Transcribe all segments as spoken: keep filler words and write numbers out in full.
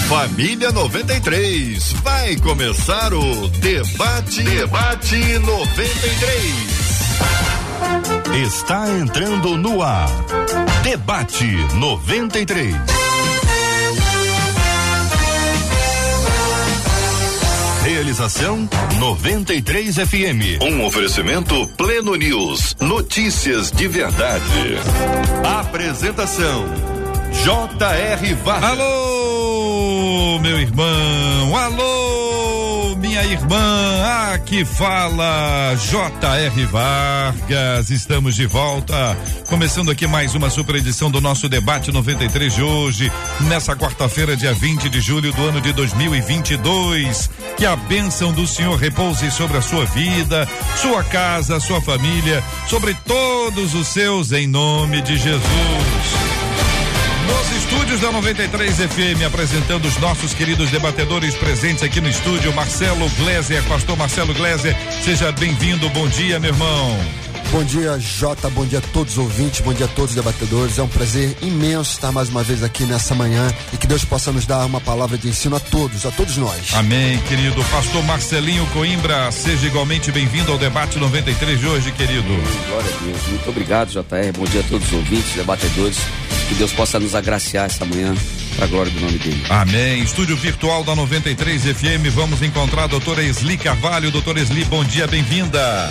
Família noventa e três, vai começar o Debate, Debate noventa e três. Está entrando no ar. Debate noventa e três. Realização noventa e três F M. Um oferecimento Pleno News. Notícias de verdade. Apresentação J R Vargas. Alô, meu irmão. Alô, minha irmã. Aqui fala J R Vargas. Estamos de volta. Começando aqui mais uma super edição do nosso Debate noventa e três de hoje, nessa quarta-feira, dia vinte de julho do ano de dois mil e vinte e dois. Que a bênção do Senhor repouse sobre a sua vida, sua casa, sua família, sobre todos os seus, em nome de Jesus. Nos estúdios da noventa e três F M, apresentando os nossos queridos debatedores presentes aqui no estúdio, Marcelo Gleiser, pastor Marcelo Gleiser, seja bem-vindo, bom dia, meu irmão. Bom dia, Jota, bom dia a todos os ouvintes, bom dia a todos os debatedores. É um prazer imenso estar mais uma vez aqui nessa manhã e que Deus possa nos dar uma palavra de ensino a todos, a todos nós. Amém, querido. Pastor Marcelinho Coimbra, seja igualmente bem-vindo ao Debate noventa e três de hoje, querido. Glória a Deus. Muito obrigado, J R. Bom dia a todos os ouvintes, debatedores. Que Deus possa nos agraciar essa manhã, para a glória do nome dele. Amém. Estúdio virtual da noventa e três F M, vamos encontrar a doutora Esli Carvalho. Doutora Esli, bom dia, bem-vinda.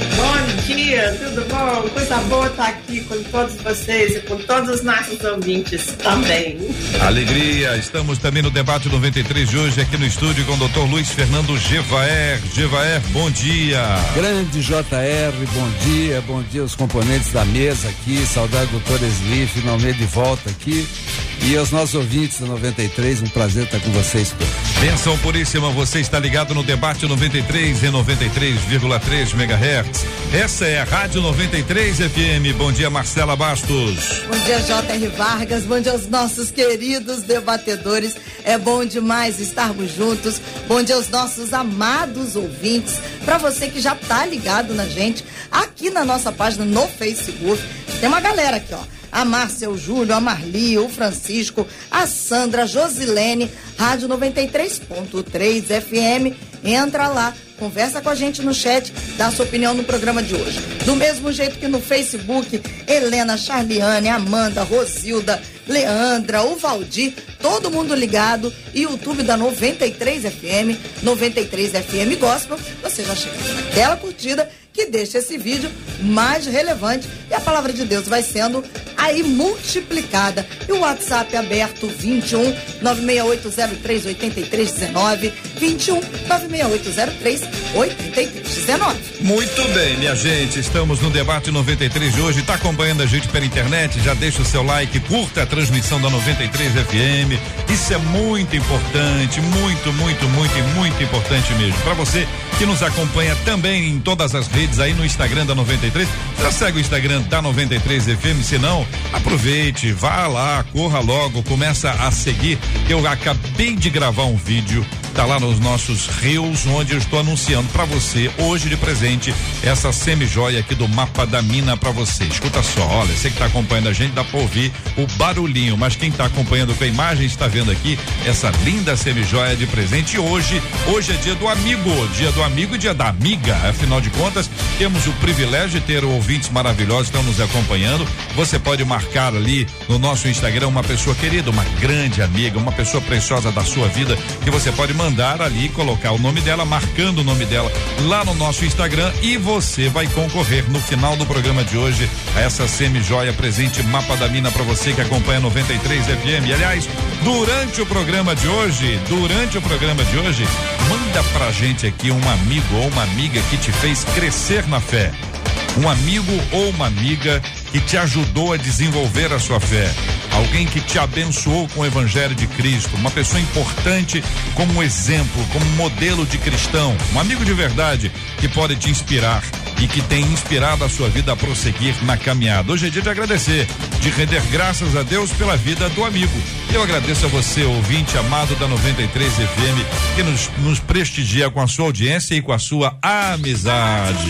Bom dia, tudo bom? Coisa boa estar aqui com todos vocês e com todos os nossos ouvintes também. Alegria, estamos também no Debate noventa e três de hoje aqui no estúdio com o doutor Luiz Fernando Gevaer. Gevaer, bom dia. Grande J R, bom dia, bom dia aos componentes da mesa aqui, saudade do doutor Esli, finalmente de volta aqui. E aos nossos ouvintes da noventa e três, um prazer estar com vocês. Bênção puríssima, você está ligado no Debate noventa e três em noventa e três vírgula três megahertz. Essa é a Rádio noventa e três F M. Bom dia, Marcela Bastos. Bom dia, J R Vargas. Bom dia aos nossos queridos debatedores. É bom demais estarmos juntos. Bom dia aos nossos amados ouvintes. Para você que já tá ligado na gente, aqui na nossa página no Facebook, tem uma galera aqui, ó. A Márcia, o Júlio, a Marli, o Francisco, a Sandra, a Josilene, Rádio noventa e três ponto três F M. Entra lá, conversa com a gente no chat, dá sua opinião no programa de hoje. Do mesmo jeito que no Facebook, Helena, Charliane, Amanda, Rosilda, Leandra, o Valdir, todo mundo ligado. E YouTube da noventa e três F M, noventa e três F M Gospel. Você já chega naquela curtida que deixa esse vídeo mais relevante e a palavra de Deus vai sendo aí multiplicada. E o WhatsApp aberto vinte e um, nove seis oito zero três, oito três um nove, vinte e um, nove seis oito zero três, oito três um nove. Muito bem, minha gente, estamos no Debate noventa e três de hoje. Está acompanhando a gente pela internet? Já deixa o seu like, curta a transmissão da noventa e três F M. Isso é muito importante, muito, muito, muito e muito importante mesmo. Para você que nos acompanha também em todas as redes aí no Instagram da noventa e três, já segue o Instagram da noventa e três F M, se não, aproveite, vá lá, corra logo, começa a seguir. Eu acabei de gravar um vídeo, tá lá nos nossos reels, onde eu estou anunciando para você hoje de presente essa semi-joia aqui do Mapa da Mina para você. Escuta só, olha, você que tá acompanhando a gente dá para ouvir o barulhinho, mas quem tá acompanhando com a imagem está vendo aqui essa linda semi-joia de presente. E hoje, hoje é dia do amigo, dia do amigo e dia da amiga. Afinal de contas, temos o privilégio de ter ouvintes maravilhosos que estão nos acompanhando. Você pode marcar ali no nosso Instagram uma pessoa querida, uma grande amiga, uma pessoa preciosa da sua vida, que você pode mandar ali, colocar o nome dela, marcando o nome dela lá no nosso Instagram, e você vai concorrer no final do programa de hoje a essa semi-joia presente Mapa da Mina para você que acompanha noventa e três F M. E, aliás, durante o programa de hoje, durante o programa de hoje, manda pra gente aqui um amigo ou uma amiga que te fez crescer na fé. Um amigo ou uma amiga que te ajudou a desenvolver a sua fé. Alguém que te abençoou com o Evangelho de Cristo, uma pessoa importante como exemplo, como modelo de cristão, um amigo de verdade que pode te inspirar e que tem inspirado a sua vida a prosseguir na caminhada. Hoje é dia de agradecer, de render graças a Deus pela vida do amigo. Eu agradeço a você, ouvinte amado da noventa e três F M, que nos, nos prestigia com a sua audiência e com a sua amizade.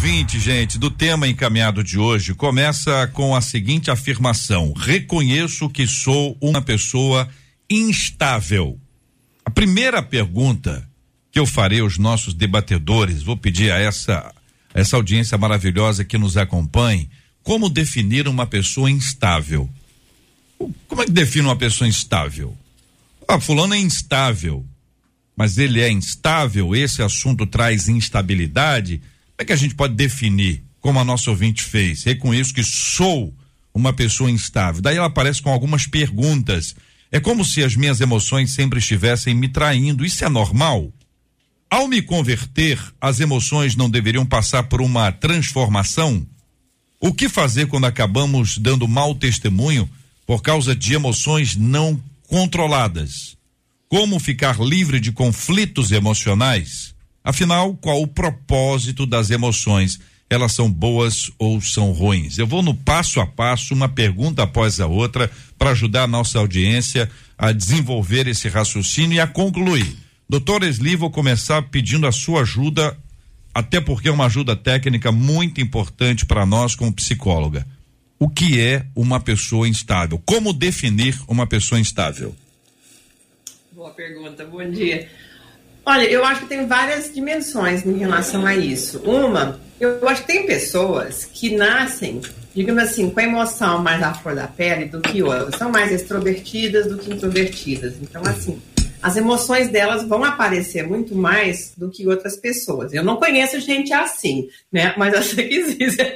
ouvinte, gente, do tema encaminhado de hoje começa com a seguinte afirmação: reconheço que sou uma pessoa instável. A primeira pergunta que eu farei aos nossos debatedores, vou pedir a essa, essa audiência maravilhosa que nos acompanhe, como definir uma pessoa instável? Como é que define uma pessoa instável? Ah, fulano é instável, mas ele é instável, esse assunto traz instabilidade. Como é que a gente pode definir, como a nossa ouvinte fez? Reconheço que sou uma pessoa instável. Daí ela aparece com algumas perguntas. É como se as minhas emoções sempre estivessem me traindo. Isso é normal? Ao me converter, as emoções não deveriam passar por uma transformação? O que fazer quando acabamos dando mau testemunho por causa de emoções não controladas? Como ficar livre de conflitos emocionais? Afinal, qual o propósito das emoções? Elas são boas ou são ruins? Eu vou no passo a passo, uma pergunta após a outra, para ajudar a nossa audiência a desenvolver esse raciocínio e a concluir. Doutor Esli, vou começar pedindo a sua ajuda, até porque é uma ajuda técnica muito importante para nós como psicóloga. O que é uma pessoa instável? Como definir uma pessoa instável? Boa pergunta, bom dia. Olha, eu acho que tem várias dimensões em relação a isso. Uma, eu acho que tem pessoas que nascem, digamos assim, com a emoção mais à flor da pele do que outras. São mais extrovertidas do que introvertidas. Então, assim, as emoções delas vão aparecer muito mais do que outras pessoas. Eu não conheço gente assim, né? Mas eu sei que existe.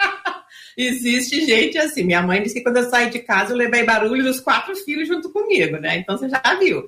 Existe gente assim. Minha mãe disse que quando eu saí de casa eu levei barulho dos quatro filhos junto comigo, né? Então você já viu.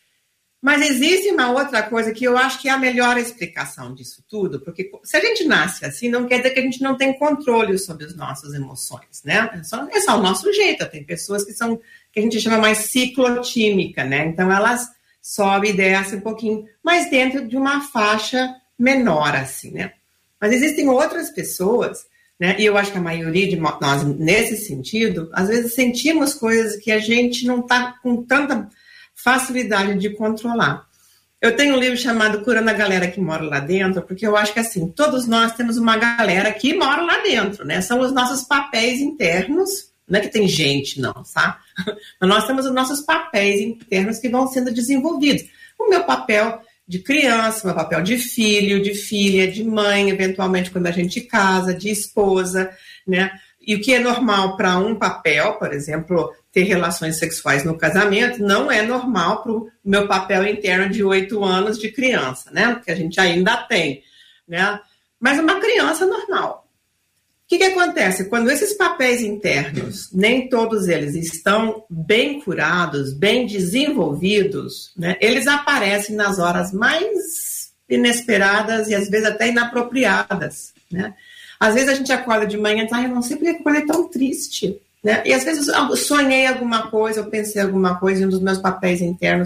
Mas existe uma outra coisa que eu acho que é a melhor explicação disso tudo, porque se a gente nasce assim, não quer dizer que a gente não tem controle sobre as nossas emoções, né? É só, é só o nosso jeito. Tem pessoas que são, que a gente chama mais ciclotímica, né? Então elas sobem e descem um pouquinho, mas dentro de uma faixa menor, assim, né? Mas existem outras pessoas, né? E eu acho que a maioria de nós, nesse sentido, às vezes sentimos coisas que a gente não está com tanta facilidade de controlar. Eu tenho um livro chamado Curando a Galera que Mora Lá Dentro, porque eu acho que assim, todos nós temos uma galera que mora lá dentro, né? São os nossos papéis internos, não é que tem gente não, tá? Mas nós temos os nossos papéis internos que vão sendo desenvolvidos. O meu papel de criança, o meu papel de filho, de filha, de mãe, eventualmente quando a gente casa, de esposa, né? E o que é normal para um papel, por exemplo, ter relações sexuais no casamento, não é normal para o meu papel interno de oito anos de criança, né? Que a gente ainda tem, né? Mas uma criança normal. O que que acontece? Quando esses papéis internos, nem todos eles estão bem curados, bem desenvolvidos, né? Eles aparecem nas horas mais inesperadas e às vezes até inapropriadas, né? Às vezes a gente acorda de manhã e diz, ah, eu não sei porque eu acordei tão triste, né? E às vezes eu sonhei alguma coisa, eu pensei alguma coisa e um dos meus papéis internos,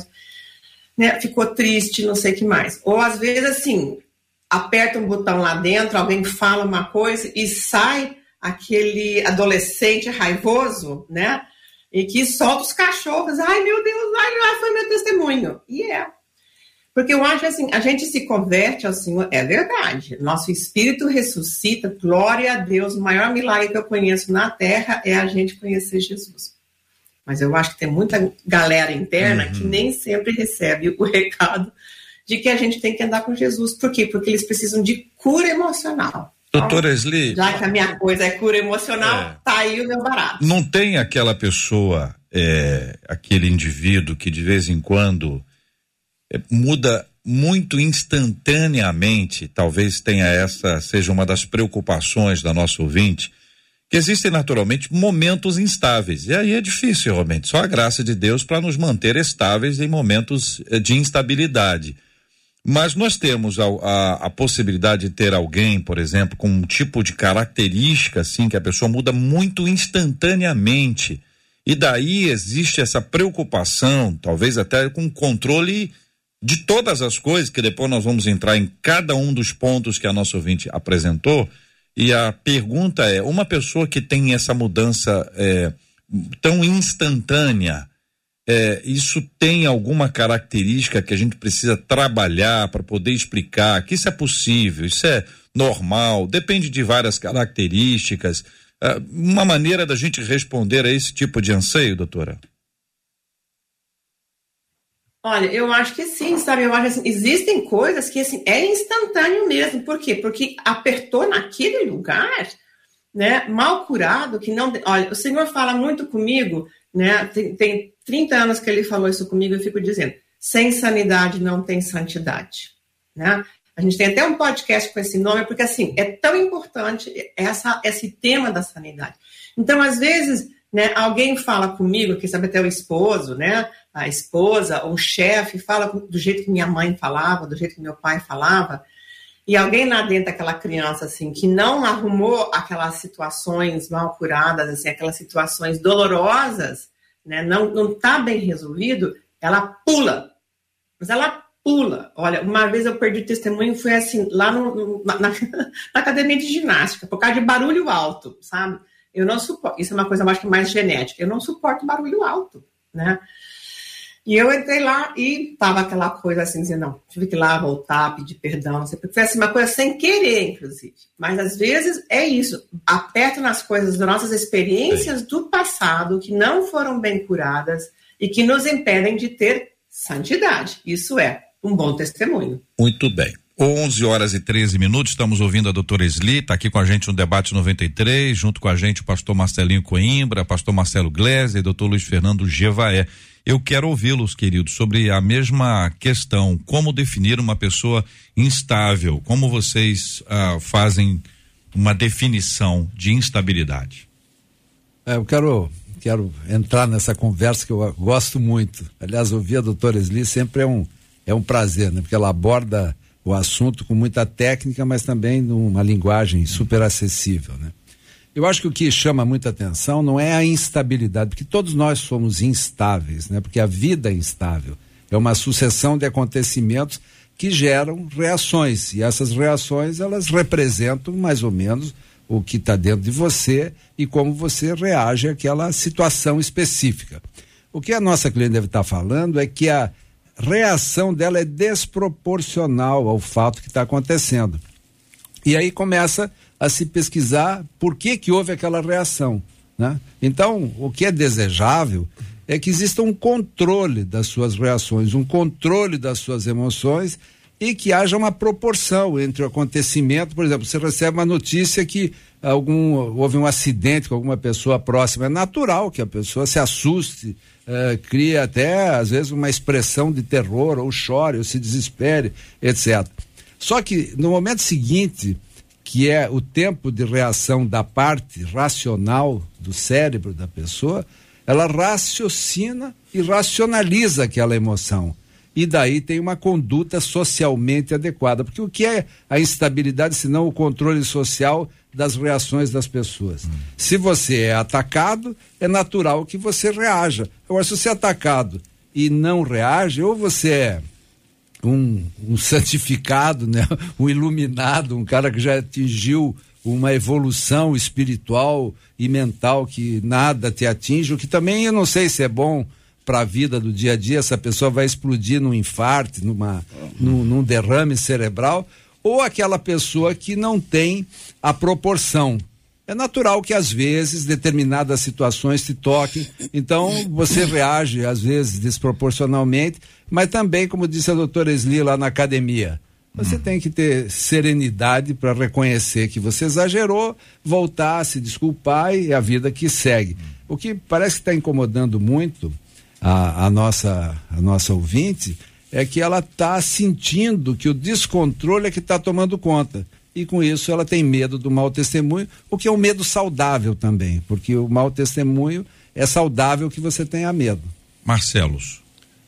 né, ficou triste, não sei o que mais. Ou às vezes assim, aperta um botão lá dentro, alguém fala uma coisa e sai aquele adolescente raivoso, né? E que solta os cachorros, ai meu Deus, ai, foi meu testemunho. E é. Porque eu acho assim, a gente se converte ao Senhor, é verdade, nosso espírito ressuscita, glória a Deus, o maior milagre que eu conheço na terra é a gente conhecer Jesus. Mas eu acho que tem muita galera interna uhum. que nem sempre recebe o recado de que a gente tem que andar com Jesus. Por quê? Porque eles precisam de cura emocional. Doutora Esli, já que a minha coisa é cura emocional, é, tá aí o meu barato. Não tem aquela pessoa, é, aquele indivíduo que de vez em quando é, muda muito instantaneamente, talvez tenha essa, seja uma das preocupações da nossa ouvinte, que existem naturalmente momentos instáveis, e aí é difícil realmente, só a graça de Deus para nos manter estáveis em momentos de instabilidade. Mas nós temos a, a, a possibilidade de ter alguém, por exemplo, com um tipo de característica assim, que a pessoa muda muito instantaneamente, e daí existe essa preocupação, talvez até com controle de todas as coisas, que depois nós vamos entrar em cada um dos pontos que a nossa ouvinte apresentou. E a pergunta é, uma pessoa que tem essa mudança é, tão instantânea, é, isso tem alguma característica que a gente precisa trabalhar para poder explicar que isso é possível, isso é normal, depende de várias características. Uh, uma maneira da gente responder a esse tipo de anseio, doutora? Olha, eu acho que sim, sabe? Eu acho assim, existem coisas que assim, é instantâneo mesmo. Por quê? Porque apertou naquele lugar, né? Mal curado, que não. Olha, o Senhor fala muito comigo, né? Tem, tem trinta anos que ele falou isso comigo, eu fico dizendo: sem sanidade não tem santidade, né? A gente tem até um podcast com esse nome, porque assim, é tão importante essa, esse tema da sanidade. Então, às vezes, né, alguém fala comigo, que sabe até o esposo, né? A esposa ou o chefe fala do jeito que minha mãe falava, do jeito que meu pai falava, e alguém lá dentro daquela criança, assim, que não arrumou aquelas situações mal curadas, assim, aquelas situações dolorosas, né, não, não tá bem resolvido, ela pula. Mas ela pula. Olha, uma vez eu perdi testemunho, foi assim, lá no, no, na, na academia de ginástica, por causa de barulho alto, sabe? Eu não suporto, isso é uma coisa, eu acho que mais genética, eu não suporto barulho alto, né? E eu entrei lá e tava aquela coisa assim, dizendo, não, tive que ir lá voltar, pedir perdão, não sei, porque foi assim, uma coisa sem querer, inclusive. Mas às vezes é isso, aperta nas coisas das nossas experiências do passado, que não foram bem curadas e que nos impedem de ter santidade. Isso é um bom testemunho. Muito bem. onze horas e treze minutos, estamos ouvindo a doutora Esli, está aqui com a gente no Debate noventa e três, junto com a gente o pastor Marcelinho Coimbra, pastor Marcelo Gleiser e doutor Luiz Fernando Jevaé. Eu quero ouvi-los, queridos, sobre a mesma questão, como definir uma pessoa instável, como vocês ah, fazem uma definição de instabilidade? É, eu quero, quero entrar nessa conversa que eu gosto muito. Aliás, ouvir a doutora Esli sempre é um, é um prazer, né? Porque ela aborda o assunto com muita técnica, mas também numa linguagem super acessível, né? Eu acho que o que chama muita atenção não é a instabilidade, porque todos nós somos instáveis, né? Porque a vida é instável. É uma sucessão de acontecimentos que geram reações, e essas reações, elas representam mais ou menos o que está dentro de você e como você reage àquela situação específica. O que a nossa cliente deve estar falando é que a reação dela é desproporcional ao fato que está acontecendo. E aí começa a se pesquisar por que que houve aquela reação, né? Então, o que é desejável é que exista um controle das suas reações, um controle das suas emoções e que haja uma proporção entre o acontecimento. Por exemplo, você recebe uma notícia que algum, houve um acidente com alguma pessoa próxima, é natural que a pessoa se assuste, eh, cria até, às vezes, uma expressão de terror, ou chore, ou se desespere, etcétera. Só que, no momento seguinte, que é o tempo de reação da parte racional do cérebro da pessoa, ela raciocina e racionaliza aquela emoção. E daí tem uma conduta socialmente adequada. Porque o que é a instabilidade, senão o controle social das reações das pessoas? Hum. Se você é atacado, é natural que você reaja. Agora, se você é atacado e não reage, ou você é Um, um santificado, né? Um iluminado, um cara que já atingiu uma evolução espiritual e mental que nada te atinge, o que também eu não sei se é bom para a vida do dia a dia. Essa pessoa vai explodir num infarto, numa, num, num derrame cerebral, ou aquela pessoa que não tem a proporção. É natural que às vezes determinadas situações te toquem, então você reage às vezes desproporcionalmente, mas também, como disse a doutora Esli lá na academia, você hum. tem que ter serenidade para reconhecer que você exagerou, voltar, se desculpar e a vida que segue. Hum. O que parece que está incomodando muito a, a, nossa, a nossa ouvinte é que ela está sentindo que o descontrole é que está tomando conta. E com isso ela tem medo do mau testemunho, o que é um medo saudável também, porque o mau testemunho é saudável que você tenha medo. Marcelos.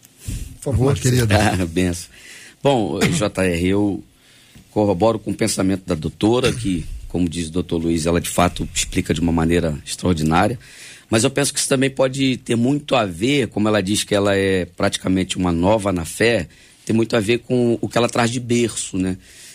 Por favor, querido. Ah, benção. Bom, J R, eu corroboro com o pensamento da doutora, que, como diz o doutor Luiz, ela de fato explica de uma maneira extraordinária, mas eu penso que isso também pode ter muito a ver, como ela diz que ela é praticamente uma nova na fé, tem muito a ver com o que ela traz de berço, né?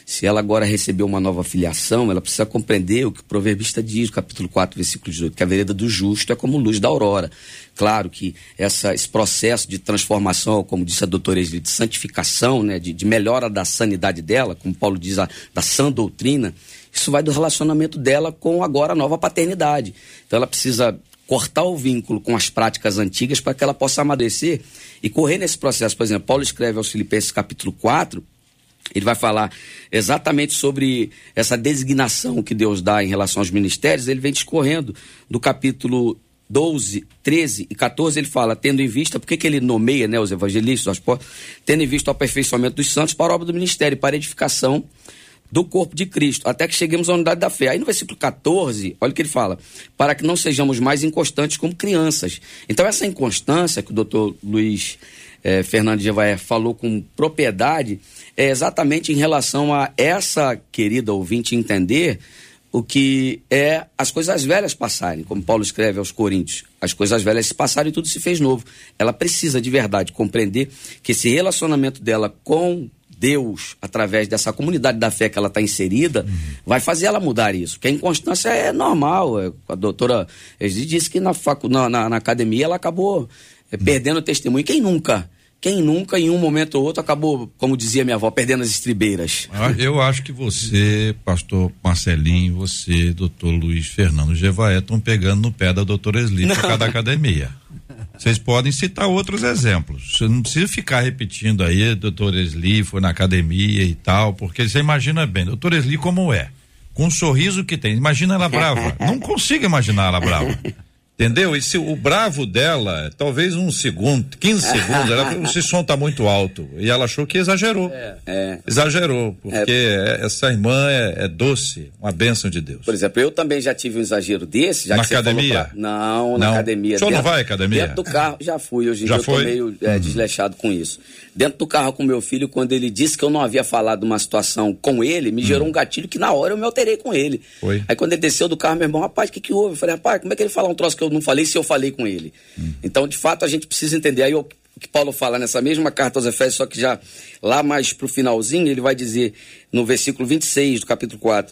Se ela agora recebeu uma nova filiação, ela precisa compreender o que o proverbista diz, no capítulo quatro, versículo dezoito, que a vereda do justo é como luz da aurora. Claro que essa, esse processo de transformação, como disse a doutora Esli, de santificação, né, de, de melhora da sanidade dela, como Paulo diz, a, da sã doutrina, isso vai do relacionamento dela com agora a nova paternidade. Então ela precisa cortar o vínculo com as práticas antigas para que ela possa amadurecer e correr nesse processo. Por exemplo, Paulo escreve aos Filipenses capítulo quatro, ele vai falar exatamente sobre essa designação que Deus dá em relação aos ministérios. Ele vem discorrendo do capítulo doze, treze e quatorze, ele fala, tendo em vista, por que que ele nomeia, né, os evangelistas, os apóstolos, tendo em vista o aperfeiçoamento dos santos para a obra do ministério, para a edificação do corpo de Cristo, até que cheguemos à unidade da fé. Aí no versículo quatorze, olha o que ele fala, para que não sejamos mais inconstantes como crianças. Então essa inconstância que o doutor Luiz eh, Fernando de Jevaé falou com propriedade, é exatamente em relação a essa querida ouvinte entender o que é as coisas velhas passarem, como Paulo escreve aos Coríntios, as coisas velhas se passaram e tudo se fez novo. Ela precisa de verdade compreender que esse relacionamento dela com Deus, através dessa comunidade da fé que ela está inserida, uhum. vai fazer ela mudar isso, porque a inconstância é normal. É, a doutora Esli disse que na, facu, na, na, na academia ela acabou é, perdendo o testemunho. Quem nunca? Quem nunca, em um momento ou outro, acabou, como dizia minha avó, perdendo as estribeiras? Eu acho que você, pastor Marcelinho, você, doutor Luiz Fernando Jevaé, estão pegando no pé da doutora Esli por causa da academia. Vocês podem citar outros exemplos. Você não precisa ficar repetindo aí, doutor Esli foi na academia e tal, porque você imagina bem, doutor Esli como é, com o sorriso que tem, imagina ela brava. Não consigo imaginar ela brava. Entendeu? E se o bravo dela, talvez um segundo, quinze segundos, ela falou, esse som tá muito alto. E ela achou que exagerou. É, é. Exagerou, porque é. essa irmã é, é doce, uma bênção de Deus. Por exemplo, eu também já tive um exagero desse. Já na que você academia? Pra... Não, não, na academia. O senhor dentro, não vai à academia? Dentro do carro, já fui. Hoje em já dia foi? eu tô meio é, uhum. desleixado com isso. Dentro do carro com meu filho, quando ele disse que eu não havia falado uma situação com ele, me gerou hum. um gatilho que na hora eu me alterei com ele. Foi. Aí quando ele desceu do carro, meu irmão, rapaz, o que que houve? Eu falei, rapaz, como é que ele fala um troço que eu não falei se eu falei com ele? Hum. Então, de fato, a gente precisa entender. Aí o que Paulo fala nessa mesma carta aos Efésios, só que já lá mais pro finalzinho, ele vai dizer no versículo vinte e seis do capítulo quatro,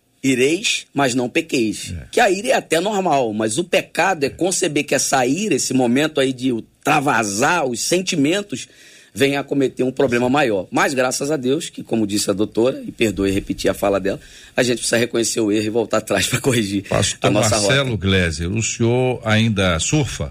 ireis, mas não pequeis. É. Que a ira é até normal, mas o pecado é conceber que essa ira, esse momento aí de travasar os sentimentos, venha a cometer um problema maior. Mas graças a Deus, que como disse a doutora, e perdoe repetir a fala dela, a gente precisa reconhecer o erro e voltar atrás para corrigir Pastor a nossa Marcelo rota. Gleiser, o senhor ainda surfa?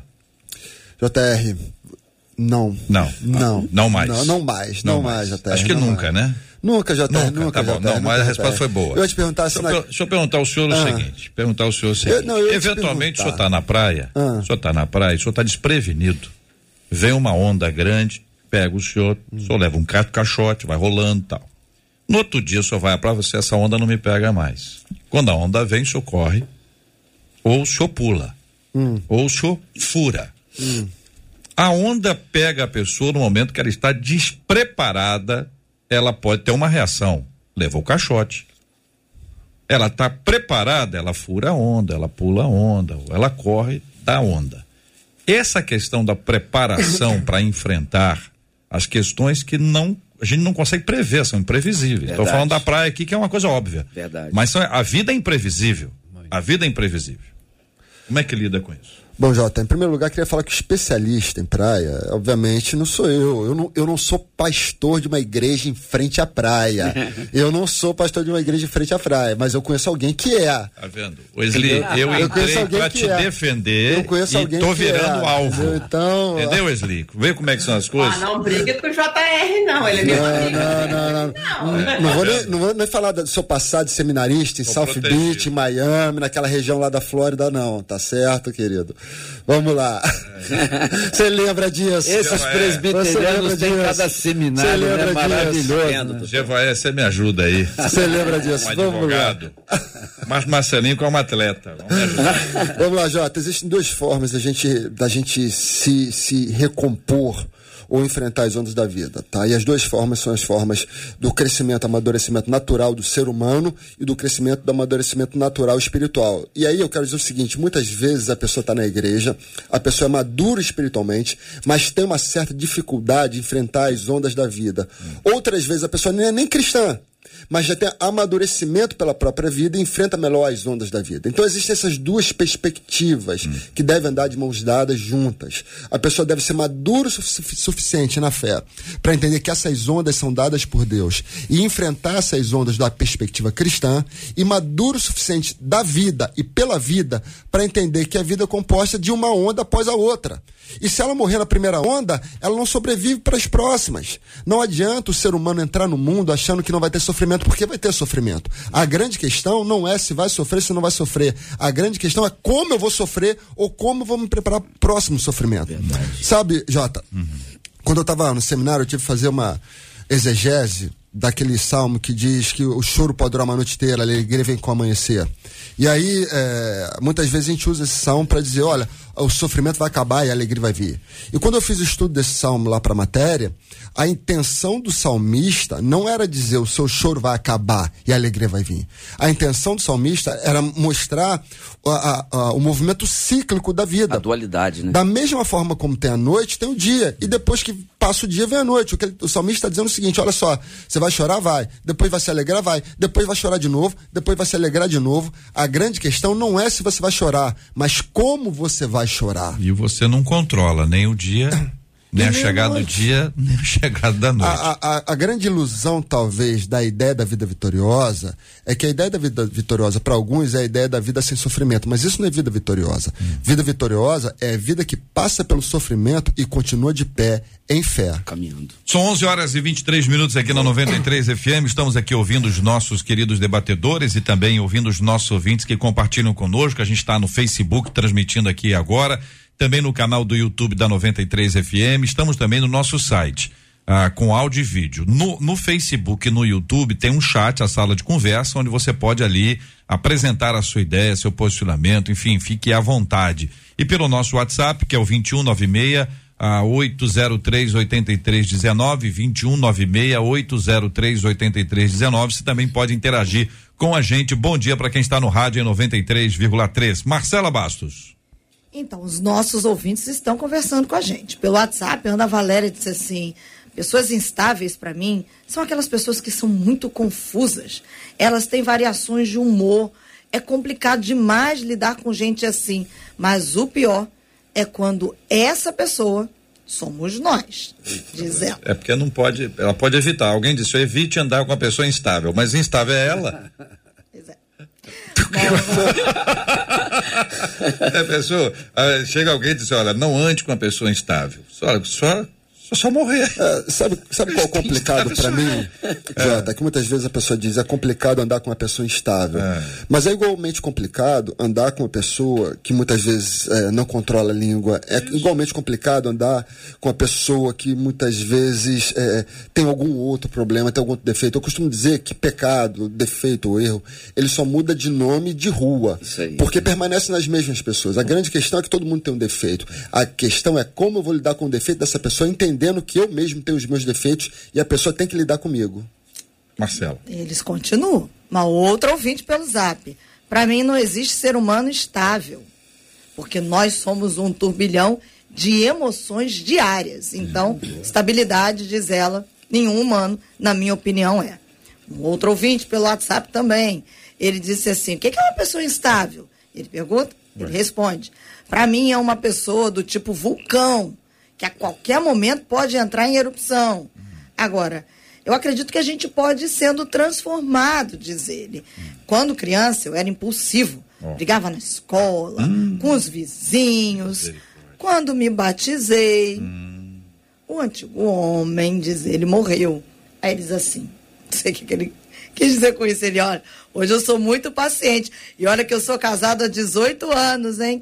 J R, não. Não. Não. Não mais. Não, não mais, não, não mais, mais, J R. Acho que nunca, mais. né? Nunca, J R, nunca. nunca Tá bom, J R, não, mas a resposta J R. foi boa. Eu ia te perguntar se... Deixa, na... deixa eu perguntar ao senhor ah. o seguinte, perguntar ao senhor o seguinte, eu, não, eu eventualmente o senhor está na praia, ah. o senhor está na praia, o senhor está desprevenido, vem uma onda grande, pega o senhor, hum. o senhor leva um caixote, vai rolando e tal. No outro dia o senhor vai para você, essa onda não me pega mais. Quando a onda vem, o senhor corre, ou o senhor pula, hum. ou o senhor fura. Hum. A onda pega a pessoa no momento que ela está despreparada, ela pode ter uma reação, leva o caixote. Ela está preparada, ela fura a onda, ela pula a onda, ou ela corre da onda. Essa questão da preparação para enfrentar as questões que não, a gente não consegue prever, são imprevisíveis. Estou falando da praia aqui, que é uma coisa óbvia. Verdade. Mas a vida é imprevisível. A vida é imprevisível. Como é que lida com isso? Bom, Jota, em primeiro lugar, queria falar que o especialista em praia, obviamente, não sou eu. Eu não, eu não sou pastor de uma igreja em frente à praia. Eu não sou pastor de uma igreja em frente à praia, mas eu conheço alguém que é. Tá vendo? Wesley, eu, eu entrei pra te é. defender eu conheço alguém e tô que virando é. alvo. Então... Entendeu, Wesley? Vê como é que são as coisas. Ah, não briga com o J R, não. Ele é meu amigo. Não, não, não. Não, não, não, vou, nem, não vou nem falar do seu passado de seminarista em Tô South protegido. Beach, em Miami, naquela região lá da Flórida, não. Tá certo, querido? Vamos lá. Você é. lembra disso? Esses presbiterianos têm cada seminário, né? Maravilhoso. Jevaé, você me ajuda aí. Você lembra disso? Um Vamos advogado. Mas Marcelinho como atleta. Vamos me ajudar. Vamos lá, Jota. Existem duas formas da gente, da gente se, se recompor ou enfrentar as ondas da vida, tá? E as duas formas são as formas do crescimento, amadurecimento natural do ser humano e do crescimento do amadurecimento natural espiritual. E aí eu quero dizer o seguinte, muitas vezes a pessoa está na igreja, a pessoa é madura espiritualmente, mas tem uma certa dificuldade de enfrentar as ondas da vida. Hum. Outras vezes a pessoa nem é nem cristã, mas já tem amadurecimento pela própria vida e enfrenta melhor as ondas da vida. Então existem essas duas perspectivas hum. que devem andar de mãos dadas juntas. A pessoa deve ser madura o sufici- suficiente na fé para entender que essas ondas são dadas por Deus e enfrentar essas ondas da perspectiva cristã, e maduro o suficiente da vida e pela vida para entender que a vida é composta de uma onda após a outra. E se ela morrer na primeira onda, ela não sobrevive para as próximas. Não adianta o ser humano entrar no mundo achando que não vai ter sofrimento, porque vai ter sofrimento. A grande questão não é se vai sofrer, se não vai sofrer. A grande questão é como eu vou sofrer ou como eu vou me preparar para o próximo sofrimento. Verdade. Sabe, Jota, uhum. quando eu estava no seminário, eu tive que fazer uma exegese daquele salmo que diz que o choro pode durar uma noite inteira, a alegria vem com o amanhecer. E aí, é, muitas vezes a gente usa esse salmo para dizer, olha, o sofrimento vai acabar e a alegria vai vir. E quando eu fiz o estudo desse salmo lá para a matéria, a intenção do salmista não era dizer o seu choro vai acabar e a alegria vai vir. A intenção do salmista era mostrar a, a, a, o movimento cíclico da vida. A dualidade, né? Da mesma forma como tem a noite, tem o dia. E depois que passa o dia, vem a noite. O, que ele, o salmista está dizendo é o seguinte, olha só, você vai chorar? Vai. Depois vai se alegrar? Vai. Depois vai chorar de novo. Depois vai se alegrar de novo. A grande questão não é se você vai chorar, mas como você vai chorar. E você não controla nem o dia, nem a chegada do dia, nem a chegada da noite. A, a, a grande ilusão, talvez, da ideia da vida vitoriosa é que a ideia da vida vitoriosa, para alguns, é a ideia da vida sem sofrimento, mas isso não é vida vitoriosa. Hum. Vida vitoriosa é vida que passa pelo sofrimento e continua de pé em fé. Caminhando. São onze horas e vinte e três minutos aqui na noventa e três F M. Estamos aqui ouvindo os nossos queridos debatedores e também ouvindo os nossos ouvintes que compartilham conosco. A gente está no Facebook transmitindo aqui agora, também no canal do YouTube da noventa e três F M. Estamos também no nosso site, ah, com áudio e vídeo. No, no Facebook e no YouTube tem um chat, a sala de conversa, onde você pode ali apresentar a sua ideia, seu posicionamento, enfim, fique à vontade. E pelo nosso WhatsApp, que é o vinte e um noventa e seis a oito zero três, oito três um nove, vinte e um noventa e seis, oito zero três, oito três um nove. Você também pode interagir com a gente. Bom dia para quem está no rádio em noventa e três vírgula três. Marcela Bastos. Então, os nossos ouvintes estão conversando com a gente. Pelo WhatsApp, a Ana Valéria disse assim, pessoas instáveis para mim são aquelas pessoas que são muito confusas. Elas têm variações de humor. É complicado demais lidar com gente assim. Mas o pior é quando essa pessoa somos nós, diz ela. É porque não pode, ela pode evitar. Alguém disse, evite andar com uma pessoa instável, mas instável é ela. Pois é. É, pessoa, chega alguém e diz, olha, não ande com uma pessoa instável. Só, só, só, só morrer. É, sabe, sabe qual é o complicado para mim, Jota? É. Que muitas vezes a pessoa diz, é complicado andar com uma pessoa instável. É. Mas é igualmente complicado andar com uma pessoa que muitas vezes é, não controla a língua. É Isso. igualmente complicado andar com uma pessoa que muitas vezes é, tem algum outro problema, tem algum outro defeito. Eu costumo dizer que pecado, defeito ou erro, ele só muda de nome de rua. Isso aí. Porque permanece nas mesmas pessoas. A grande questão é que todo mundo tem um defeito. A questão é como eu vou lidar com o defeito dessa pessoa, entendendo que eu mesmo tenho os meus defeitos e a pessoa tem que lidar comigo. Marcelo. Eles continuam. Uma outra ouvinte pelo Zap. Para mim não existe ser humano estável, porque nós somos um turbilhão de emoções diárias. Então, estabilidade, diz ela, nenhum humano, na minha opinião, é. Um outro ouvinte pelo WhatsApp também. Ele disse assim, o que é uma pessoa instável? Ele pergunta, ele responde. Para mim é uma pessoa do tipo vulcão, que a qualquer momento pode entrar em erupção. Agora, eu acredito que a gente pode ir sendo transformado, diz ele. Quando criança, eu era impulsivo. Oh. Brigava na escola, hum. com os vizinhos. Quando me batizei, hum. o antigo homem, diz ele, morreu. Aí ele diz assim, não sei o que, que ele quis dizer com isso. Ele, olha, hoje eu sou muito paciente. E olha que eu sou casado há dezoito anos, hein?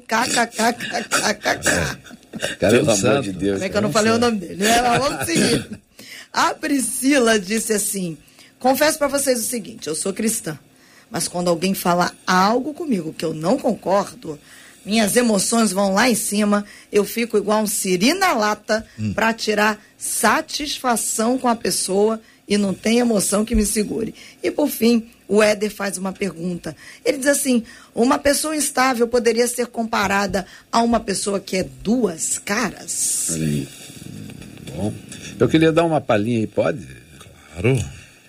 Kkkkkkkk. Pelo amor de Deus. Como é que eu não falei o nome dele? Era logo seguir. A Priscila disse assim, confesso para vocês o seguinte, eu sou cristã, mas quando alguém fala algo comigo que eu não concordo, minhas emoções vão lá em cima, eu fico igual um siri na lata hum. para tirar satisfação com a pessoa e não tem emoção que me segure. E por fim, o Éder faz uma pergunta. Ele diz assim, uma pessoa instável poderia ser comparada a uma pessoa que é duas caras? Olha aí. Bom, eu queria dar uma palhinha aí, pode? Claro.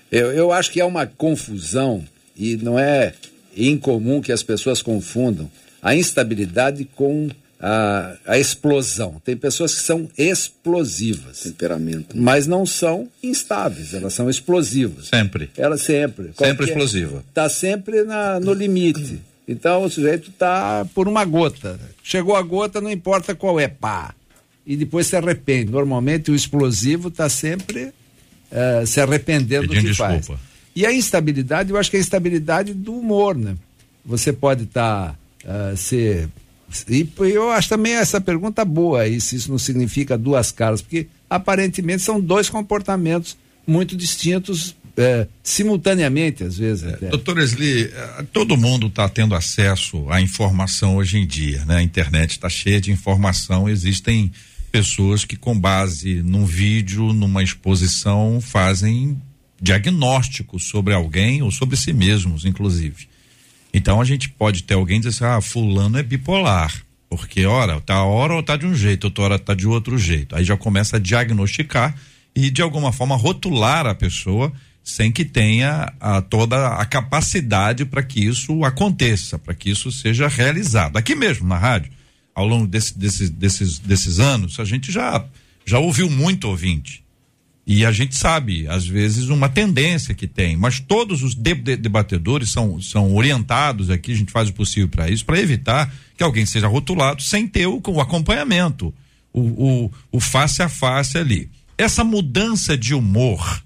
Eu, eu acho que é uma confusão, e não é incomum que as pessoas confundam a instabilidade com a, a explosão. Tem pessoas que são explosivas. Temperamento. Mas não são instáveis, elas são explosivas. Sempre. Elas sempre. Sempre Qualquer, explosiva. Está sempre na, no limite. Então o sujeito está por uma gota. Chegou a gota, não importa qual é, pá. E depois se arrepende. Normalmente o explosivo está sempre uh, se arrependendo do que desculpa. faz. E a instabilidade, eu acho que é a instabilidade do humor, né? Você pode estar tá, uh, ser... E eu acho também essa pergunta boa aí, se isso não significa duas caras, porque aparentemente são dois comportamentos muito distintos, é, simultaneamente, às vezes. É, até. doutor Esli, todo mundo está tendo acesso à informação hoje em dia, né? A internet está cheia de informação, existem pessoas que com base num vídeo, numa exposição, fazem diagnóstico sobre alguém ou sobre si mesmos, inclusive. Então a gente pode ter alguém dizer assim, ah, fulano é bipolar, porque ora, tá hora ou tá de um jeito, outra hora tá de outro jeito. Aí já começa a diagnosticar e de alguma forma rotular a pessoa sem que tenha a, toda a capacidade para que isso aconteça, para que isso seja realizado. Aqui mesmo na rádio, ao longo desse, desse, desses, desses anos, a gente já, já ouviu muito ouvinte. E a gente sabe, às vezes, uma tendência que tem, mas todos os de- de- debatedores são, são orientados aqui, a gente faz o possível para isso, para evitar que alguém seja rotulado sem ter o, o acompanhamento, o, o, o face a face ali. Essa mudança de humor,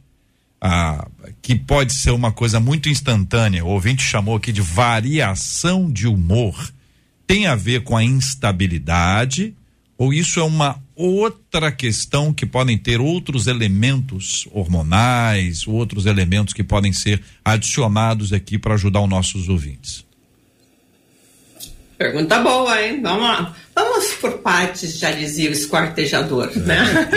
ah, que pode ser uma coisa muito instantânea, o ouvinte chamou aqui de variação de humor, tem a ver com a instabilidade, ou isso é uma outra questão que podem ter outros elementos hormonais, outros elementos que podem ser adicionados aqui para ajudar os nossos ouvintes? Pergunta boa, hein? Vamos lá. Vamos por partes, já dizia o esquartejador, né?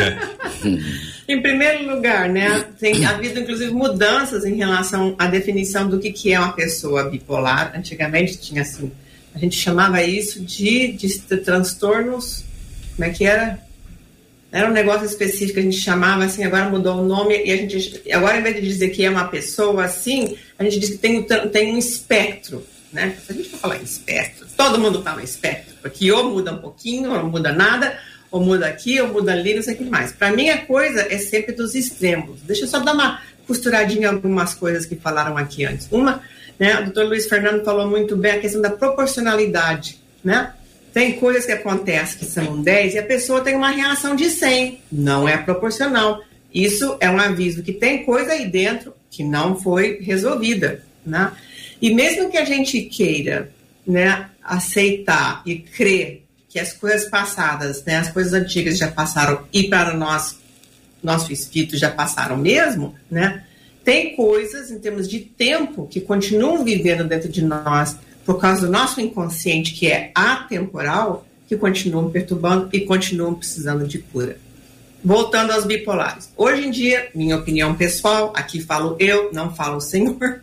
É. Em primeiro lugar, né, tem havido inclusive mudanças em relação à definição do que, que é uma pessoa bipolar. Antigamente tinha assim, a gente chamava isso de, de transtornos, como é que era? Era um negócio específico que a gente chamava assim, agora mudou o nome e a gente, agora em vez de dizer que é uma pessoa assim, a gente diz que tem, tem um espectro, né? Se a gente for falar em espectro, todo mundo fala em espectro, porque ou muda um pouquinho, ou não muda nada, ou muda aqui, ou muda ali, não sei o que mais. Para mim a coisa é sempre dos extremos. Deixa eu só dar uma costuradinha em algumas coisas que falaram aqui antes. Uma, né, o doutor Luiz Fernando falou muito bem a questão da proporcionalidade, né? Tem coisas que acontecem que são dez e a pessoa tem uma reação de cem. Não é proporcional. Isso é um aviso que tem coisa aí dentro que não foi resolvida, né? E mesmo que a gente queira, né, aceitar e crer que as coisas passadas, né, as coisas antigas já passaram e para nós, nosso espírito já passaram mesmo, né? Tem coisas em termos de tempo que continuam vivendo dentro de nós por causa do nosso inconsciente, que é atemporal, que continuam perturbando e continuam precisando de cura. Voltando aos bipolares. Hoje em dia, minha opinião pessoal, aqui falo eu, não falo o senhor,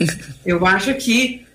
eu acho que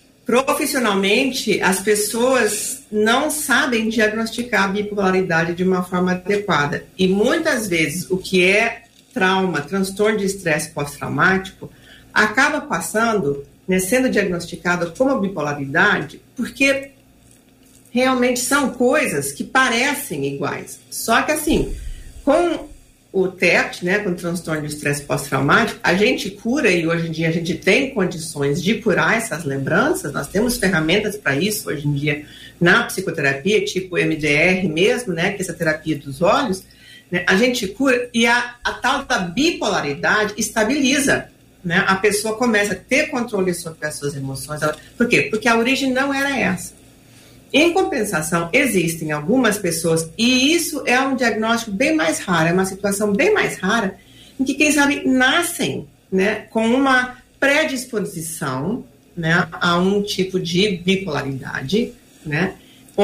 profissionalmente as pessoas não sabem diagnosticar a bipolaridade de uma forma adequada. E muitas vezes o que é trauma, transtorno de estresse pós-traumático, acaba passando, né, sendo diagnosticado como bipolaridade, porque realmente são coisas que parecem iguais. Só que assim, com o T E P, né, com o transtorno de estresse pós-traumático, a gente cura, e hoje em dia a gente tem condições de curar essas lembranças, nós temos ferramentas para isso hoje em dia na psicoterapia, tipo M D R mesmo, né, que é essa terapia dos olhos, né, a gente cura e a, a tal da bipolaridade estabiliza. Né? A pessoa começa a ter controle sobre as suas emoções. Ela... Por quê? Porque a origem não era essa. Em compensação, existem algumas pessoas, e isso é um diagnóstico bem mais raro, é uma situação bem mais rara, em que, quem sabe, nascem, né, com uma predisposição, né, a um tipo de bipolaridade, né,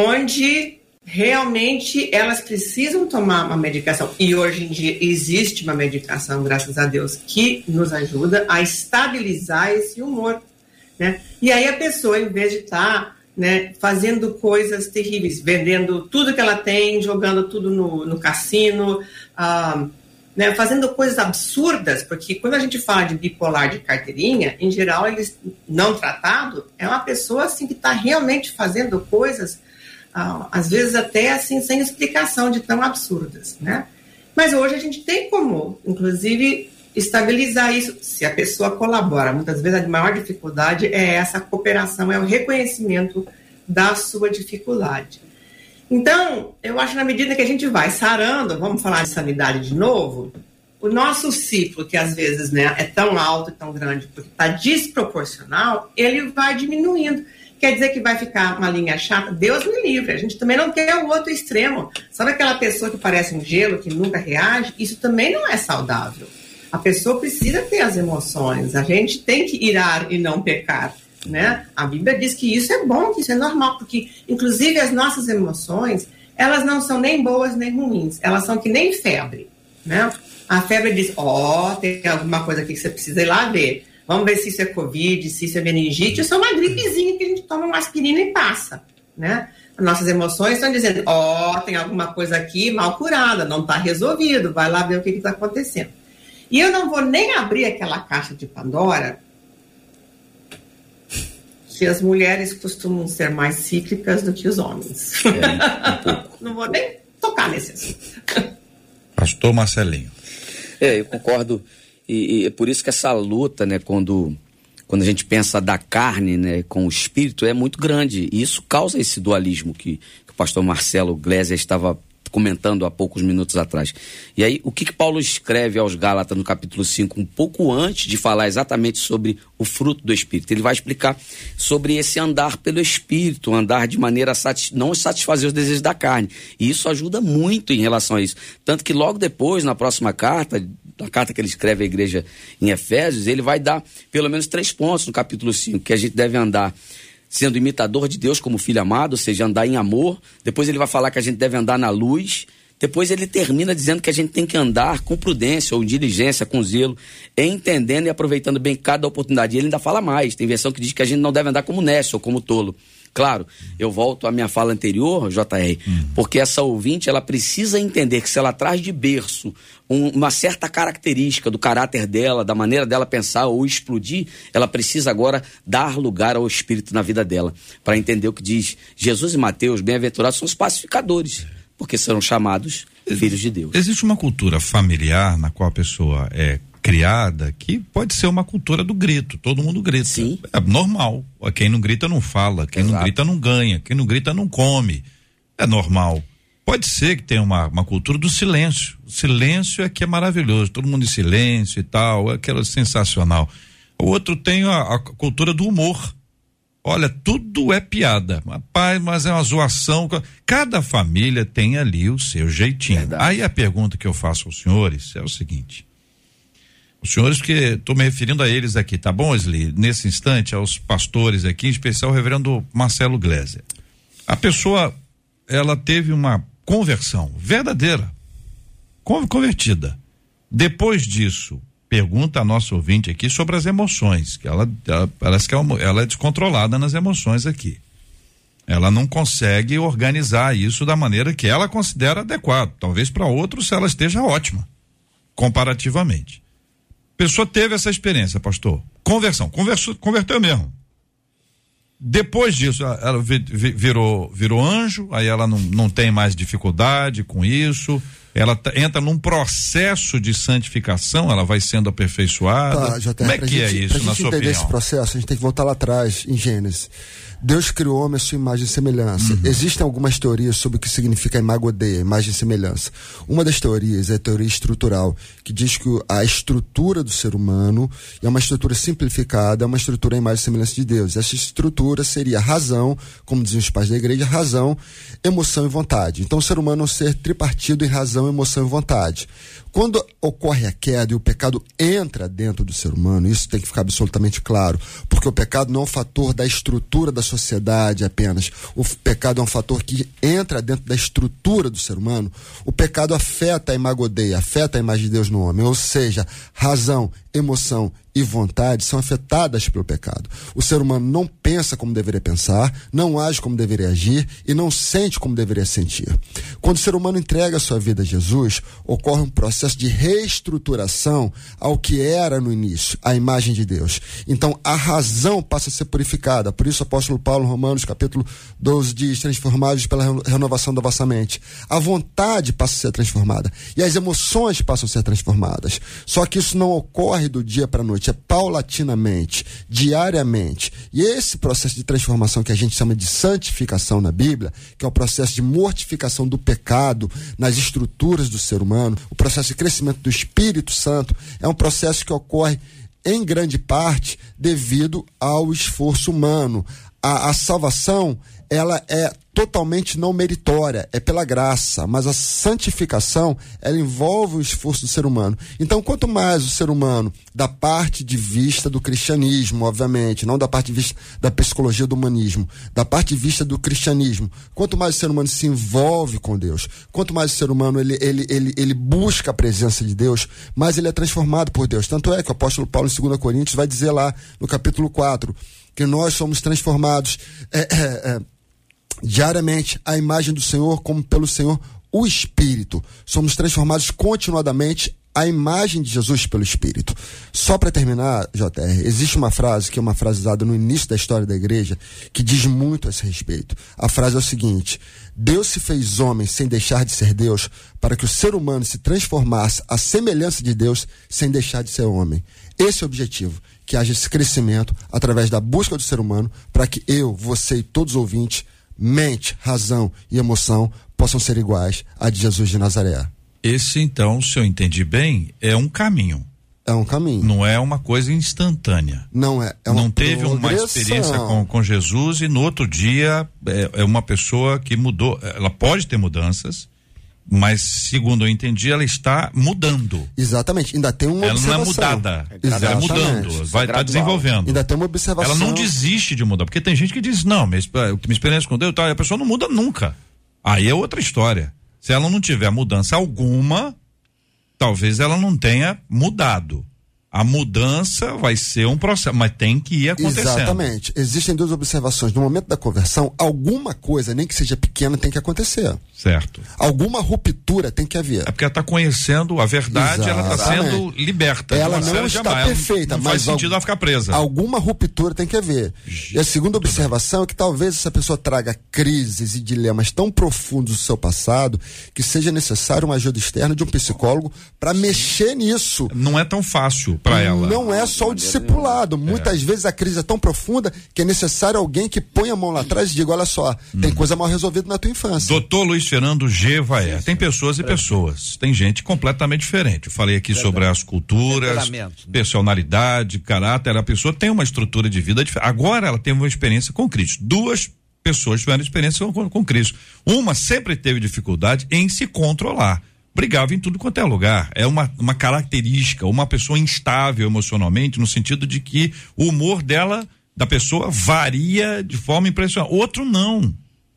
onde realmente elas precisam tomar uma medicação, e hoje em dia existe uma medicação, graças a Deus, que nos ajuda a estabilizar esse humor, né? E aí a pessoa, em vez de estar, né, fazendo coisas terríveis, vendendo tudo que ela tem, jogando tudo no, no cassino, ah, né, fazendo coisas absurdas, porque quando a gente fala de bipolar de carteirinha, em geral, eles não tratado, é uma pessoa assim que está realmente fazendo coisas, ah, às vezes até assim, sem explicação, de tão absurdas, né? Mas hoje a gente tem como, inclusive, estabilizar isso, se a pessoa colabora. Muitas vezes a maior dificuldade é essa cooperação, é o reconhecimento da sua dificuldade. Então, eu acho que na medida que a gente vai sarando, vamos falar de sanidade de novo, o nosso ciclo, que às vezes, né, é tão alto e tão grande, porque está desproporcional, ele vai diminuindo. Quer dizer que vai ficar uma linha chata? Deus me livre, a gente também não quer o outro extremo. Sabe aquela pessoa que parece um gelo, que nunca reage? Isso também não é saudável. A pessoa precisa ter as emoções, a gente tem que irar e não pecar, né? A Bíblia diz que isso é bom, que isso é normal, porque inclusive as nossas emoções, elas não são nem boas nem ruins, elas são que nem febre, né? A febre diz, ó, oh, tem alguma coisa aqui que você precisa ir lá ver, vamos ver se isso é Covid, se isso é meningite, isso é uma gripezinha que a gente toma uma aspirina e passa, né? As nossas emoções estão dizendo, ó, oh, tem alguma coisa aqui mal curada, não está resolvido, vai lá ver o que está acontecendo. E eu não vou nem abrir aquela caixa de Pandora, que as mulheres costumam ser mais cíclicas do que os homens. É, um pouco. Não vou nem tocar nesse assunto. Pastor Marcelinho. É, eu concordo. E, e é por isso que essa luta, né, quando, quando a gente pensa da carne, né, com o espírito, é muito grande. E isso causa esse dualismo que, que o pastor Marcelo Glésia estava comentando há poucos minutos atrás. E aí, o que que Paulo escreve aos Gálatas no capítulo cinco, um pouco antes de falar exatamente sobre o fruto do Espírito? Ele vai explicar sobre esse andar pelo Espírito, andar de maneira a satis... não satisfazer os desejos da carne. E isso ajuda muito em relação a isso. Tanto que logo depois, na próxima carta, a carta que ele escreve à igreja em Efésios, ele vai dar pelo menos três pontos no capítulo cinco, que a gente deve andar sendo imitador de Deus como filho amado, ou seja, andar em amor. Depois ele vai falar que a gente deve andar na luz. Depois ele termina dizendo que a gente tem que andar com prudência ou diligência, com zelo, entendendo e aproveitando bem cada oportunidade. E ele ainda fala mais, tem versão que diz que a gente não deve andar como nécio ou como tolo. Claro, eu volto à minha fala anterior, J R, hum. porque essa ouvinte, ela precisa entender que se ela traz de berço um, uma certa característica do caráter dela, da maneira dela pensar ou explodir, ela precisa agora dar lugar ao Espírito na vida dela, para entender o que diz Jesus e Mateus, bem-aventurados são os pacificadores, porque serão chamados filhos de Deus. Existe uma cultura familiar na qual a pessoa é criada que pode ser uma cultura do grito, todo mundo grita. Sim. É normal. Quem não grita não fala, quem Exato. Não grita não ganha, quem não grita não come. É normal. Pode ser que tenha uma, uma cultura do silêncio. O silêncio é que é maravilhoso, todo mundo em silêncio e tal, é aquela sensacional. O outro tem a, a cultura do humor. Olha, tudo é piada. Rapaz, mas é uma zoação. Cada família tem ali o seu jeitinho. Verdade. Aí a pergunta que eu faço aos senhores é o seguinte: os senhores, que estou me referindo a eles aqui, tá bom, Wesley? Nesse instante, aos pastores aqui, em especial o reverendo Marcelo Glésia. A pessoa, ela teve uma conversão verdadeira, convertida. Depois disso, pergunta a nossa ouvinte aqui sobre as emoções, que ela, ela parece que ela, ela é descontrolada nas emoções aqui. Ela não consegue organizar isso da maneira que ela considera adequado. Talvez para outros ela esteja ótima, comparativamente. A pessoa teve essa experiência, pastor. Conversão, conversou, converteu mesmo. Depois disso, ela virou, virou anjo, aí ela não, não tem mais dificuldade com isso, ela t- entra num processo de santificação, ela vai sendo aperfeiçoada. Tá, J R, Como é que gente, é isso, na sua opinião? Pra gente entender esse processo, a gente tem que voltar lá atrás, em Gênesis. Deus criou o homem à sua imagem e semelhança. Uhum. Existem algumas teorias sobre o que significa a imagodeia, imagem e semelhança. Uma das teorias é a teoria estrutural, que diz que a estrutura do ser humano é uma estrutura simplificada, é uma estrutura à imagem e semelhança de Deus. Essa estrutura seria razão, como diziam os pais da igreja, razão, emoção e vontade. Então o ser humano é um ser tripartido em razão, emoção e vontade. Quando ocorre a queda e o pecado entra dentro do ser humano, isso tem que ficar absolutamente claro, porque o pecado não é um fator da estrutura da sociedade apenas, o pecado é um fator que entra dentro da estrutura do ser humano. O pecado afeta a imagodeia, afeta a imagem de Deus no homem, ou seja, razão, emoção e e vontade são afetadas pelo pecado. O ser humano não pensa como deveria pensar, não age como deveria agir e não sente como deveria sentir. Quando o ser humano entrega a sua vida a Jesus, ocorre um processo de reestruturação ao que era no início, a imagem de Deus. Então, a razão passa a ser purificada. Por isso, o apóstolo Paulo, em Romanos, capítulo doze, diz: transformados pela renovação da vossa mente. A vontade passa a ser transformada e as emoções passam a ser transformadas. Só que isso não ocorre do dia para a noite, é paulatinamente, diariamente. E esse processo de transformação que a gente chama de santificação na Bíblia, que é o processo de mortificação do pecado nas estruturas do ser humano, o processo de crescimento do Espírito Santo, é um processo que ocorre em grande parte devido ao esforço humano. A, a salvação, ela é totalmente não meritória, é pela graça, mas a santificação, ela envolve o esforço do ser humano. Então, quanto mais o ser humano, da parte de vista do cristianismo, obviamente, não da parte de vista da psicologia do humanismo, da parte de vista do cristianismo, quanto mais o ser humano se envolve com Deus, quanto mais o ser humano ele, ele, ele, ele busca a presença de Deus, mais ele é transformado por Deus. Tanto é que o apóstolo Paulo, em segunda Coríntios, vai dizer lá no capítulo quatro, que nós somos transformados é, é, é, diariamente à imagem do Senhor, como pelo Senhor o Espírito. Somos transformados continuadamente à imagem de Jesus pelo Espírito. Só para terminar, J R, existe uma frase, que é uma frase usada no início da história da igreja, que diz muito a esse respeito. A frase é o seguinte: Deus se fez homem sem deixar de ser Deus, para que o ser humano se transformasse à semelhança de Deus sem deixar de ser homem. Esse é o objetivo, que haja esse crescimento através da busca do ser humano, para que eu, você e todos os ouvintes, mente, razão e emoção possam ser iguais à de Jesus de Nazaré. Esse, então, se eu entendi bem, é um caminho. É um caminho. Não é uma coisa instantânea. Não é. é uma Não teve uma experiência com, com Jesus e no outro dia é, é uma pessoa que mudou. Ela pode ter mudanças, mas segundo eu entendi, ela está mudando. Exatamente. Ainda tem uma ela observação. Ela não é mudada. Exatamente. Ela é mudando. Vai estar tá desenvolvendo. Ainda tem uma observação. Ela não desiste de mudar. Porque tem gente que diz, não, minha, minha experiência com Deus, tá, a pessoa não muda nunca. Aí é outra história. Se ela não tiver mudança alguma, talvez ela não tenha mudado. A mudança vai ser um processo, mas tem que ir acontecendo. Exatamente. Existem duas observações. No momento da conversão, alguma coisa, nem que seja pequena, tem que acontecer. Certo. Alguma ruptura tem que haver. É porque ela está conhecendo a verdade, Exatamente. Ela está sendo liberta. Ela não está perfeita, não, não mas faz sentido al- ela ficar presa. Alguma ruptura tem que haver. Gente, e a segunda observação é que talvez essa pessoa traga crises e dilemas tão profundos do seu passado que seja necessário uma ajuda externa de um psicólogo para mexer nisso. Não é tão fácil para ela. Não é só o discipulado. Muitas é. vezes a crise é tão profunda que é necessário alguém que põe a mão lá atrás e diga, olha só, hum. tem coisa mal resolvida na tua infância. Doutor Luiz Fernando G. Vaer. Tem pessoas e pessoas. Tem gente completamente diferente. Eu falei aqui sobre as culturas, personalidade, caráter. A pessoa tem uma estrutura de vida diferente. Agora ela tem uma experiência com Cristo. Duas pessoas tiveram experiência com, com Cristo. Uma sempre teve dificuldade em se controlar. Brigava em tudo quanto é lugar. É uma, uma característica, uma pessoa instável emocionalmente, no sentido de que o humor dela, da pessoa, varia de forma impressionante. Outro não.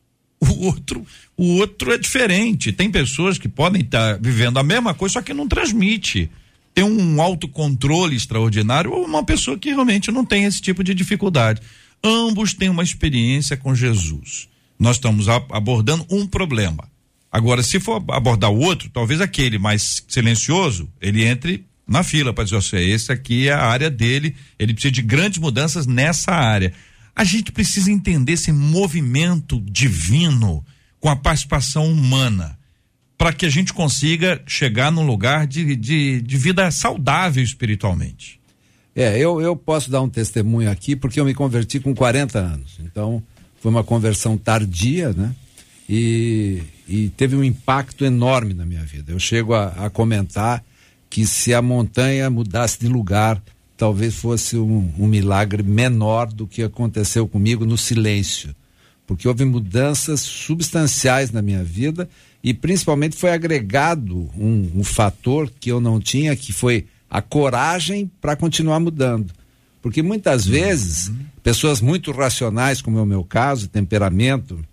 O outro, o outro é diferente. Tem pessoas que podem estar tá vivendo a mesma coisa, só que não transmite. Tem um autocontrole extraordinário, ou uma pessoa que realmente não tem esse tipo de dificuldade. Ambos têm uma experiência com Jesus. Nós estamos a, abordando um problema. Agora, se for abordar o outro, talvez aquele mais silencioso, ele entre na fila para dizer assim, esse aqui é a área dele, ele precisa de grandes mudanças nessa área. A gente precisa entender esse movimento divino com a participação humana, para que a gente consiga chegar num lugar de, de, de vida saudável espiritualmente. É, eu, eu posso dar um testemunho aqui, porque eu me converti com quarenta anos, então foi uma conversão tardia, né? E, e teve um impacto enorme na minha vida. Eu chego a, a comentar que se a montanha mudasse de lugar, talvez fosse um, um milagre menor do que aconteceu comigo no silêncio, porque houve mudanças substanciais na minha vida e principalmente foi agregado um, um fator que eu não tinha, que foi a coragem para continuar mudando. Porque muitas vezes, uhum. pessoas muito racionais, como é o meu caso, temperamento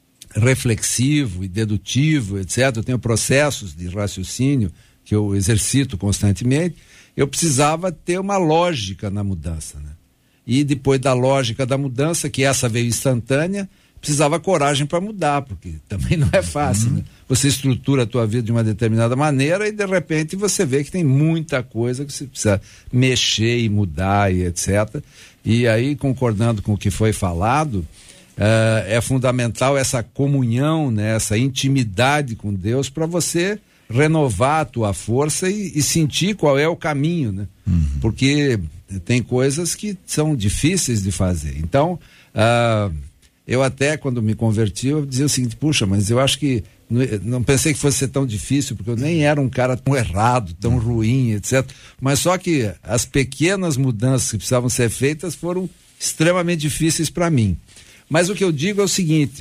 reflexivo e dedutivo, etcétera. Eu tenho processos de raciocínio que eu exercito constantemente eu precisava ter uma lógica na mudança, né? E depois da lógica da mudança, que essa veio instantânea, precisava coragem para mudar, porque também não é fácil, uhum. né? Você estrutura a tua vida de uma determinada maneira e de repente você vê que tem muita coisa que você precisa mexer e mudar e etcétera. E aí, concordando com o que foi falado, uh, é fundamental essa comunhão, né? Essa intimidade com Deus para você renovar a tua força e, e sentir qual é o caminho, né? Uhum. Porque tem coisas que são difíceis de fazer. Então, uh, eu até, quando me converti, eu dizia o seguinte: puxa, mas eu acho que não, não pensei que fosse ser tão difícil, porque eu nem era um cara tão errado, tão ruim, etcétera. Mas só que as pequenas mudanças que precisavam ser feitas foram extremamente difíceis para mim. Mas o que eu digo é o seguinte: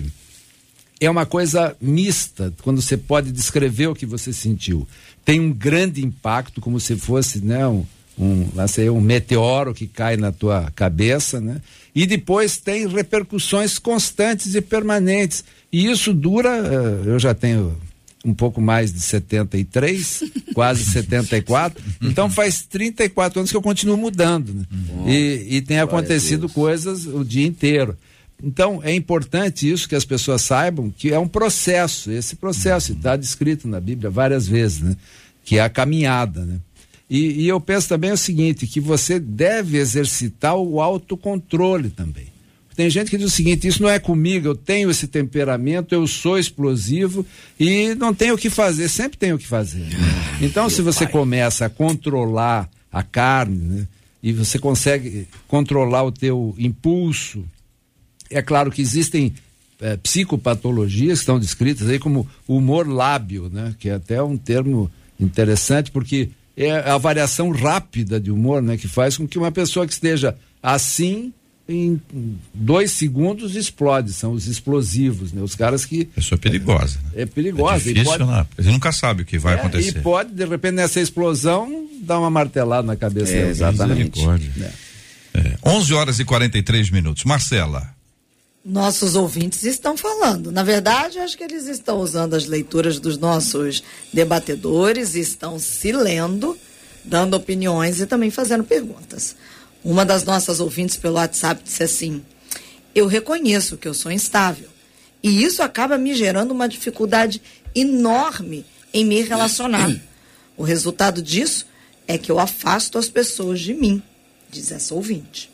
é uma coisa mista, quando você pode descrever o que você sentiu. Tem um grande impacto, como se fosse, né, um, um, lá sei, um meteoro que cai na tua cabeça, né? E depois tem repercussões constantes e permanentes. E isso dura, uh, eu já tenho um pouco mais de setenta e três, quase setenta e quatro, então faz trinta e quatro anos que eu continuo mudando, né? Bom, e, e tem acontecido coisas o dia inteiro. Então é importante isso, que as pessoas saibam que é um processo, esse processo está descrito na Bíblia várias vezes, né? Que é a caminhada, né? E, e eu penso também o seguinte, que você deve exercitar o autocontrole também. Tem gente que diz o seguinte: isso não é comigo, eu tenho esse temperamento, eu sou explosivo e não tenho o que fazer, sempre tenho o que fazer, né? Então, se você começa a controlar a carne, né? E você consegue controlar o teu impulso, é claro que existem é, psicopatologias que estão descritas aí como humor lábil, né? Que é até um termo interessante, porque é a variação rápida de humor, né? Que faz com que uma pessoa que esteja assim, em dois segundos explode, são os explosivos, né? Os caras que... Pessoa perigosa. É, é perigosa. É difícil, pode, né? Você nunca sabe o que vai é, acontecer. E pode, de repente, nessa explosão, dar uma martelada na cabeça. É, exatamente. É. É. onze horas e quarenta e três minutos. Marcela. Nossos ouvintes estão falando. Na verdade, acho que eles estão usando as leituras dos nossos debatedores, estão se lendo, dando opiniões e também fazendo perguntas. Uma das nossas ouvintes pelo WhatsApp disse assim: eu reconheço que eu sou instável e isso acaba me gerando uma dificuldade enorme em me relacionar. O resultado disso é que eu afasto as pessoas de mim, diz essa ouvinte.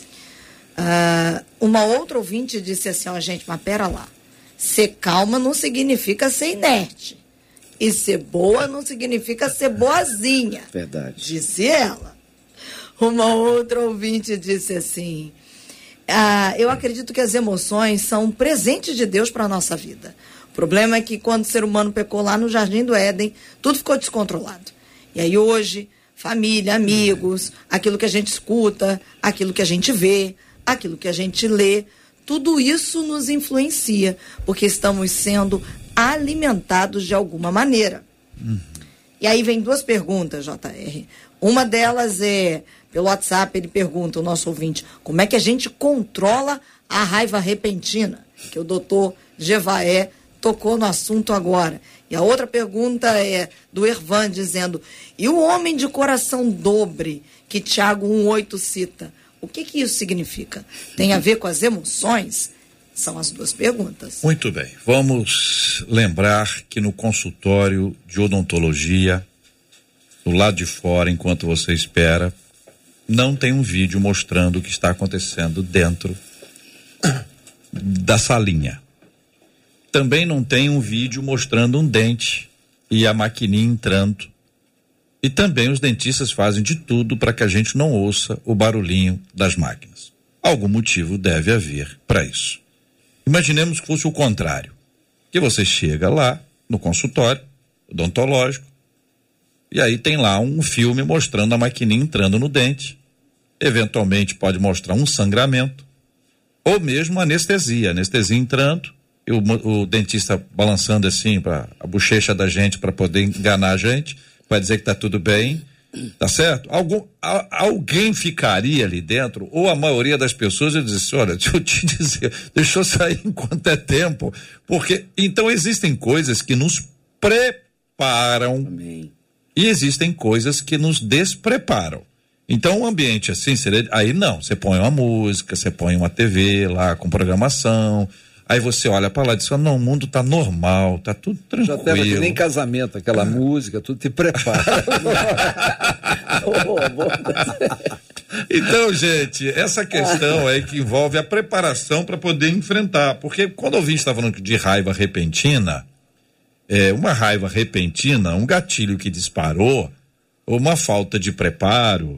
Uh, uma outra ouvinte disse assim: ó, gente, mas pera lá, ser calma não significa ser inerte, e ser boa não significa ser boazinha. Verdade. Disse ela. Uma outra ouvinte disse assim: ah, eu acredito que as emoções são um presente de Deus para a nossa vida. O problema é que quando o ser humano pecou lá no Jardim do Éden, tudo ficou descontrolado. E aí hoje, família, amigos, aquilo que a gente escuta, aquilo que a gente vê, aquilo que a gente lê, tudo isso nos influencia, porque estamos sendo alimentados de alguma maneira. Uhum. E aí vem duas perguntas, J R. Uma delas é, pelo WhatsApp, ele pergunta, o nosso ouvinte, como é que a gente controla a raiva repentina? Que o doutor Gevaé tocou no assunto agora. E a outra pergunta é do Ervan, dizendo, e o homem de coração dobre, que Tiago um oito cita, o que que isso significa? Tem a ver com as emoções? São as duas perguntas. Muito bem. Vamos lembrar que no consultório de odontologia, do lado de fora, enquanto você espera, não tem um vídeo mostrando o que está acontecendo dentro da salinha. Também não tem um vídeo mostrando um dente e a maquininha entrando. E também os dentistas fazem de tudo para que a gente não ouça o barulhinho das máquinas. Algum motivo deve haver para isso. Imaginemos que fosse o contrário. Que você chega lá no consultório odontológico e aí tem lá um filme mostrando a maquininha entrando no dente. Eventualmente pode mostrar um sangramento ou mesmo anestesia, anestesia entrando e o, o dentista balançando assim para a bochecha da gente para poder enganar a gente, vai dizer que tá tudo bem, tá certo? Algum, a, alguém ficaria ali dentro, ou a maioria das pessoas eu disse, olha, deixa eu te dizer, deixa eu sair enquanto é tempo, porque então existem coisas que nos preparam Amém. E existem coisas que nos despreparam. Então, um ambiente assim, seria, aí não, você põe uma música, você põe uma T V lá com programação, aí você olha para lá e diz, não, o mundo tá normal, tá tudo tranquilo. Já teve que nem casamento, aquela música, tudo te prepara. Então, gente, essa questão aí que envolve a preparação para poder enfrentar, porque quando o ouvinte estava falando de raiva repentina, é, uma raiva repentina, um gatilho que disparou, ou uma falta de preparo,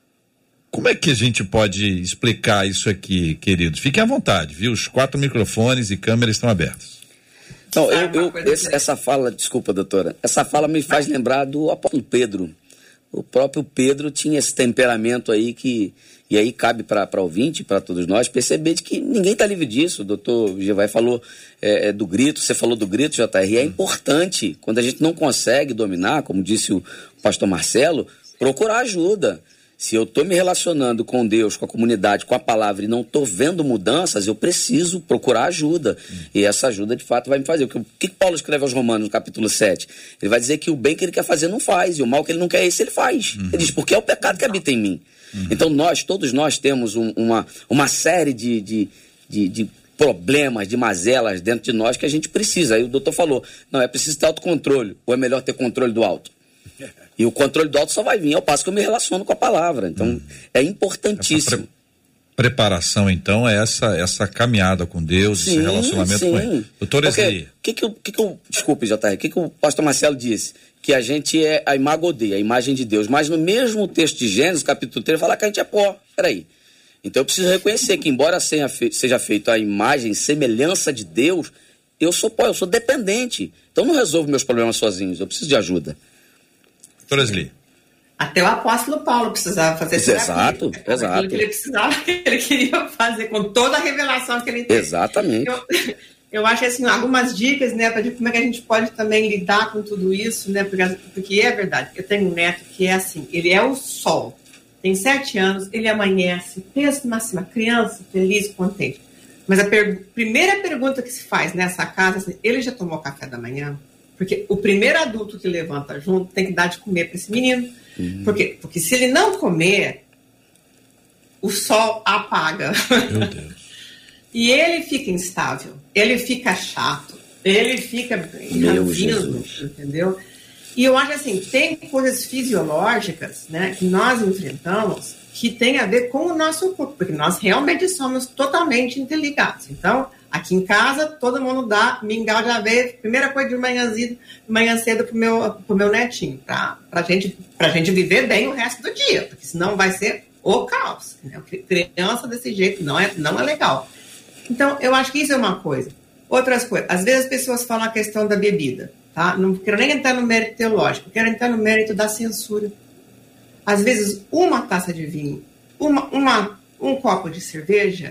como é que a gente pode explicar isso aqui, queridos? Fiquem à vontade, viu? Os quatro microfones e câmeras estão abertos. Não, eu, eu, esse, essa fala, desculpa, doutora, essa fala me faz lembrar do apóstolo Pedro. O próprio Pedro tinha esse temperamento aí que, e aí cabe para ouvinte, para todos nós, perceber de que ninguém está livre disso. O doutor Gevai falou é, é, do grito, você falou do grito, J R, e é importante, quando a gente não consegue dominar, como disse o pastor Marcelo, procurar ajuda. Se eu estou me relacionando com Deus, com a comunidade, com a palavra e não estou vendo mudanças, eu preciso procurar ajuda. Hum. E essa ajuda, de fato, vai me fazer. O que, o que Paulo escreve aos Romanos, no capítulo sete? Ele vai dizer que o bem que ele quer fazer não faz, e o mal que ele não quer, esse ele faz. Hum. Ele diz, porque é o pecado que habita em mim. Hum. Então nós, todos nós temos um, uma, uma série de, de, de, de problemas, de mazelas dentro de nós que a gente precisa. Aí o doutor falou, não, é preciso ter autocontrole, ou é melhor ter controle do alto? E o controle do alto só vai vir ao passo que eu me relaciono com a palavra. Então, hum. é importantíssimo. Pre- preparação, então, é essa, essa caminhada com Deus, sim, esse relacionamento sim. com ele. Doutor Esli. O que que, que que eu... Desculpe, J R. O que que o pastor Marcelo disse? Que a gente é a imago Dei, a imagem de Deus. Mas no mesmo texto de Gênesis, capítulo três, fala que a gente é pó. Peraí. Então, eu preciso reconhecer que, embora seja feita a imagem, semelhança de Deus, eu sou pó, eu sou dependente. Então, não resolvo meus problemas sozinhos. Eu preciso de ajuda. Doutor Esli. Até o apóstolo Paulo precisava fazer isso. Exato, exato. Aquilo que ele precisava, que ele queria fazer com toda a revelação que ele teve. Exatamente. Eu, eu acho assim, algumas dicas, né, para como é que a gente pode também lidar com tudo isso, né, porque, porque é verdade. Eu tenho um neto que é assim, ele é o sol, tem sete anos, ele amanhece, pensa numa assim, uma criança feliz, contente. Mas a per- primeira pergunta que se faz nessa casa, assim, ele já tomou café da manhã? Porque o primeiro adulto que levanta junto tem que dar de comer para esse menino. Uhum. Por quê? Porque se ele não comer, o sol apaga. Meu Deus. E ele fica instável, ele fica chato, ele fica ranzinho, entendeu? E eu acho assim, tem coisas fisiológicas, né, que nós enfrentamos que tem a ver com o nosso corpo, porque nós realmente somos totalmente interligados. Então, aqui em casa, todo mundo dá mingau de aveia, primeira coisa de manhãzinha, de manhã cedo pro meu, pro meu netinho, tá? Pra gente, pra gente viver bem o resto do dia, porque senão vai ser o caos. Né? Criança desse jeito não é, não é legal. Então, eu acho que isso é uma coisa. Outras coisas, às vezes as pessoas falam a questão da bebida, tá? Não quero nem entrar no mérito teológico, quero entrar no mérito da censura. Às vezes, uma taça de vinho, uma, uma, um copo de cerveja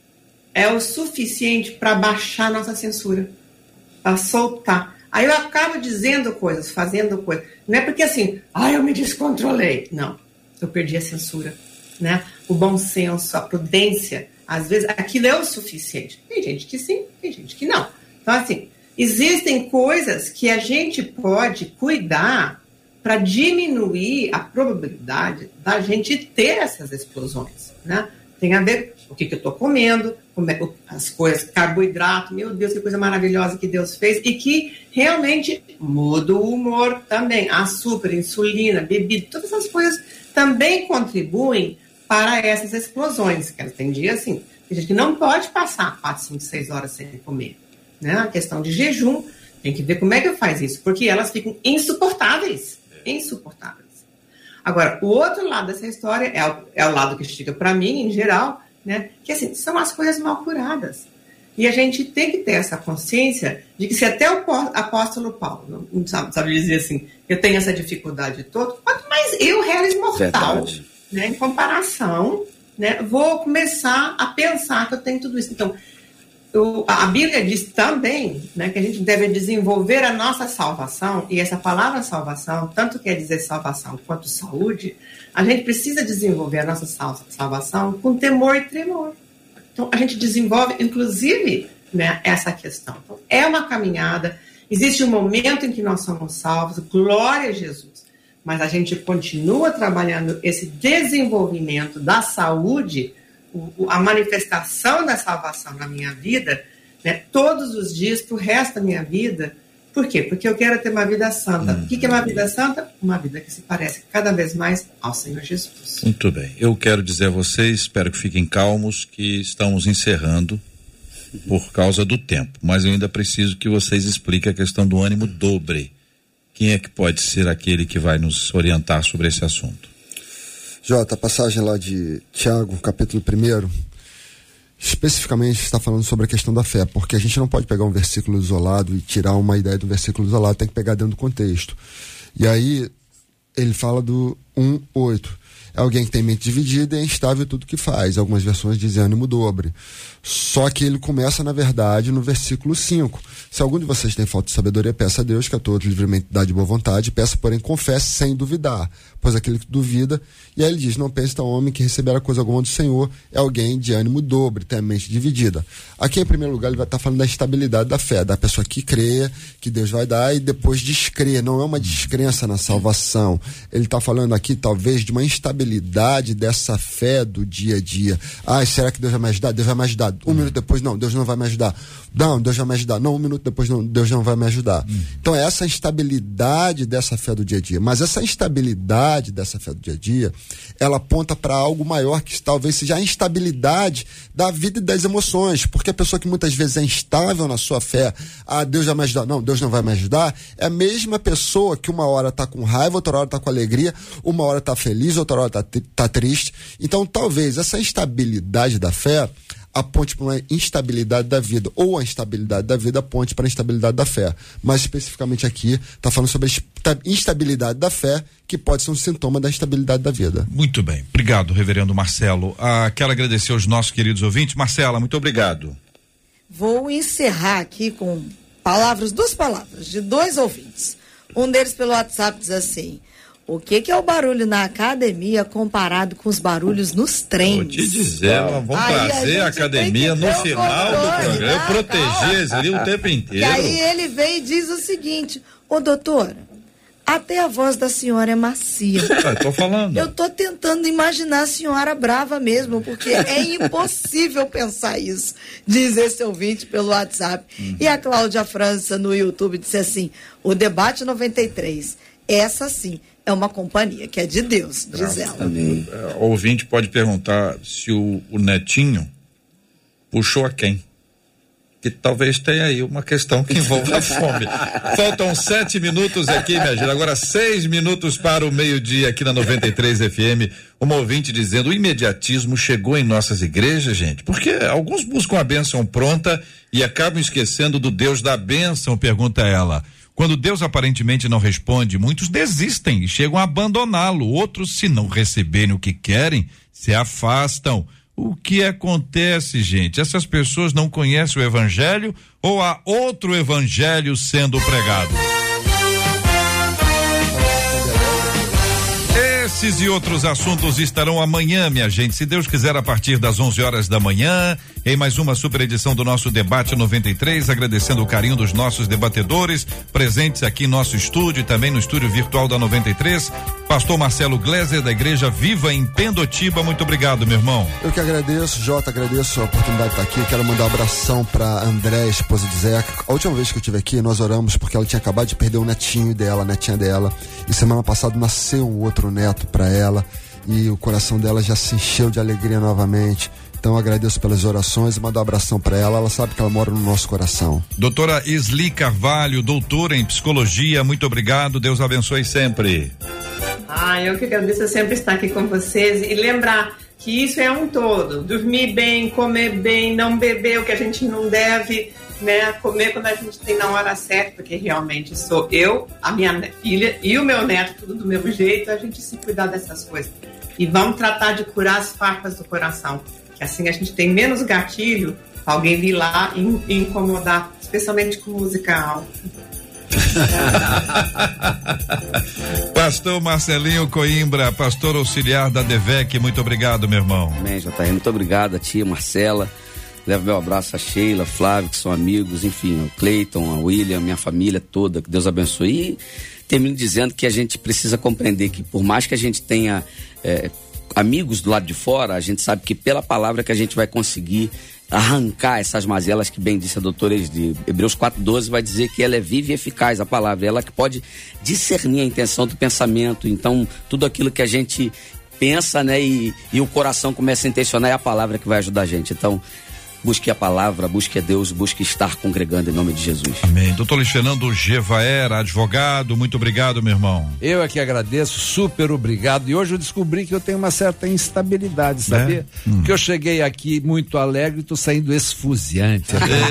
é o suficiente para baixar nossa censura, para soltar. Aí eu acabo dizendo coisas, fazendo coisas. Não é porque assim, ah, eu me descontrolei. Não, eu perdi a censura, né? O bom senso, a prudência, às vezes aquilo é o suficiente. Tem gente que sim, tem gente que não. Então, assim, existem coisas que a gente pode cuidar para diminuir a probabilidade da gente ter essas explosões, né? Tem a ver com o que, que eu estou comendo, as coisas, carboidrato, meu Deus, que coisa maravilhosa que Deus fez, e que realmente muda o humor também. Açúcar, insulina, bebida, todas essas coisas também contribuem para essas explosões. Tem dia assim, tem gente que não pode passar quatro, cinco, seis horas sem comer, né? A questão de jejum, tem que ver como é que faz isso, porque elas ficam insuportáveis, insuportáveis. Agora, o outro lado dessa história é o, é o lado que chega para mim, em geral, né? Que assim, são as coisas mal curadas. E a gente tem que ter essa consciência de que se até o apóstolo Paulo não sabe, sabe dizer assim, eu tenho essa dificuldade toda, quanto mais eu, réis mortal, né? Em comparação, né? Vou começar a pensar que eu tenho tudo isso. Então, eu, a Bíblia diz também, né, que a gente deve desenvolver a nossa salvação, e essa palavra salvação, tanto quer dizer salvação quanto saúde, a gente precisa desenvolver a nossa salvação com temor e tremor. Então, a gente desenvolve, inclusive, né, essa questão. Então, é uma caminhada, existe um momento em que nós somos salvos, glória a Jesus. mas a gente continua trabalhando esse desenvolvimento da saúde, o, a manifestação da salvação na minha vida, né, todos os dias, pro resto da minha vida. Por quê? Porque eu quero ter uma vida santa. Hum. O que é uma vida santa? Uma vida que se parece cada vez mais ao Senhor Jesus. Muito bem. Eu quero dizer a vocês, espero que fiquem calmos, que estamos encerrando por causa do tempo, mas eu ainda preciso que vocês expliquem a questão do ânimo dobre. Quem é que pode ser aquele que vai nos orientar sobre esse assunto? Jota, a passagem lá de Tiago, capítulo primeiro, especificamente está falando sobre a questão da fé, porque a gente não pode pegar um versículo isolado e tirar uma ideia do versículo isolado, tem que pegar dentro do contexto. E aí ele fala do um oito. É alguém que tem mente dividida e é instável em tudo que faz. Algumas versões dizem ânimo dobre. Só que ele começa, na verdade, no versículo cinco. Se algum de vocês tem falta de sabedoria, peça a Deus, que a todos livremente dá de boa vontade, peça, porém, confesse sem duvidar. Pois aquele que duvida, e aí ele diz, não pense tal homem que receberá coisa alguma do Senhor, é alguém de ânimo dobre, tem a mente dividida. Aqui, em primeiro lugar, ele vai estar falando da estabilidade da fé, da pessoa que crê, que Deus vai dar, e depois descrê. Não é uma descrença na salvação. Ele está falando aqui, talvez, de uma instabilidade dessa fé do dia a dia. Ah, será que Deus vai me ajudar? Deus vai me ajudar. Um minuto depois, não, Deus não vai me ajudar. Não, Deus vai me ajudar. Não, um minuto depois, não, Deus não vai me ajudar. Uhum. Então, é essa instabilidade dessa fé do dia a dia. Mas essa instabilidade dessa fé do dia a dia, ela aponta para algo maior, que talvez seja a instabilidade da vida e das emoções. Porque a pessoa que muitas vezes é instável na sua fé, ah, Deus vai me ajudar. Não, Deus não vai me ajudar. É a mesma pessoa que uma hora está com raiva, outra hora está com alegria, uma hora está feliz, outra hora está tá triste. Então, talvez essa instabilidade da fé aponte para uma instabilidade da vida, ou a instabilidade da vida aponte para a instabilidade da fé. Mas especificamente aqui está falando sobre a instabilidade da fé, que pode ser um sintoma da instabilidade da vida. Muito bem, obrigado, reverendo Marcelo. Ah, quero agradecer aos nossos queridos ouvintes. Marcela, muito obrigado. Vou encerrar aqui com palavras, duas palavras de dois ouvintes. Um deles pelo WhatsApp diz assim: o que que é o barulho na academia comparado com os barulhos nos trens? Vou te dizer, nós vamos aí trazer a, a academia no final do programa. Eu protegi eles ali o tempo inteiro. E aí ele vem e diz o seguinte: ô doutora, até a voz da senhora é macia. Ah, tô falando. Eu tô tentando imaginar a senhora brava mesmo, porque é impossível pensar isso, diz esse ouvinte pelo WhatsApp. Uhum. E a Cláudia França no YouTube disse assim: o debate noventa e três, essa sim é uma companhia que é de Deus, diz ela. Também. O ouvinte pode perguntar se o, o Netinho puxou a quem? Que talvez tenha aí uma questão que envolve a fome. Faltam sete minutos aqui, minha gente. Agora seis minutos para o meio-dia aqui na noventa e três F M. Uma ouvinte dizendo: o imediatismo chegou em nossas igrejas, gente, porque alguns buscam a bênção pronta e acabam esquecendo do Deus da bênção, pergunta ela. Quando Deus aparentemente não responde, muitos desistem e chegam a abandoná-lo. Outros, se não receberem o que querem, se afastam. O que acontece, gente? Essas pessoas não conhecem o evangelho ou há outro evangelho sendo pregado? Esses e outros assuntos estarão amanhã, minha gente, se Deus quiser, a partir das onze horas da manhã, em mais uma super edição do nosso Debate noventa e três, agradecendo o carinho dos nossos debatedores presentes aqui em nosso estúdio e também no estúdio virtual da noventa e três. Pastor Marcelo Gleiser, da Igreja Viva em Pendotiba, muito obrigado, meu irmão. Eu que agradeço, Jota, agradeço a oportunidade de estar aqui. Quero mandar um abração para André, esposa de Zeca. A última vez que eu estive aqui, nós oramos porque ela tinha acabado de perder o netinho dela, a netinha dela, e semana passada nasceu um outro neto para ela, e o coração dela já se encheu de alegria novamente. Então agradeço pelas orações e mando um abração para ela. Ela sabe que ela mora no nosso coração. Doutora Isli Carvalho, doutora em psicologia, muito obrigado, Deus abençoe sempre. Ah, eu que agradeço sempre estar aqui com vocês e lembrar que isso é um todo: dormir bem, comer bem, não beber o que a gente não deve, né? Comer quando a gente tem na hora certa, porque realmente sou eu, a minha filha e o meu neto, tudo do mesmo jeito. A gente se cuidar dessas coisas e vamos tratar de curar as farpas do coração, que assim a gente tem menos gatilho pra alguém vir lá e, e incomodar, especialmente com música alta. Pastor Marcelinho Coimbra, pastor auxiliar da D V E C, muito obrigado, meu irmão. Amém, J R, muito obrigado a tia Marcela, Levo meu abraço a Sheila, Flávio, que são amigos, enfim, o Cleiton, a William, minha família toda, que Deus abençoe. E termino dizendo que a gente precisa compreender que por mais que a gente tenha é, amigos do lado de fora, a gente sabe que pela palavra que a gente vai conseguir arrancar essas mazelas que bem disse a doutora Esli. Hebreus quatro doze vai dizer que ela é viva e eficaz, a palavra, ela que pode discernir a intenção do pensamento. Então, tudo aquilo que a gente pensa, né, e, e o coração começa a intencionar, é a palavra que vai ajudar a gente. Então, busque a palavra, busque a Deus, busque estar congregando em nome de Jesus. Amém. Doutor Luiz Fernando Gevaera, advogado, muito obrigado, meu irmão. Eu é que agradeço, super obrigado. E hoje eu descobri que eu tenho uma certa instabilidade, sabia? É? Hum. Porque eu cheguei aqui muito alegre e tô saindo esfuziante.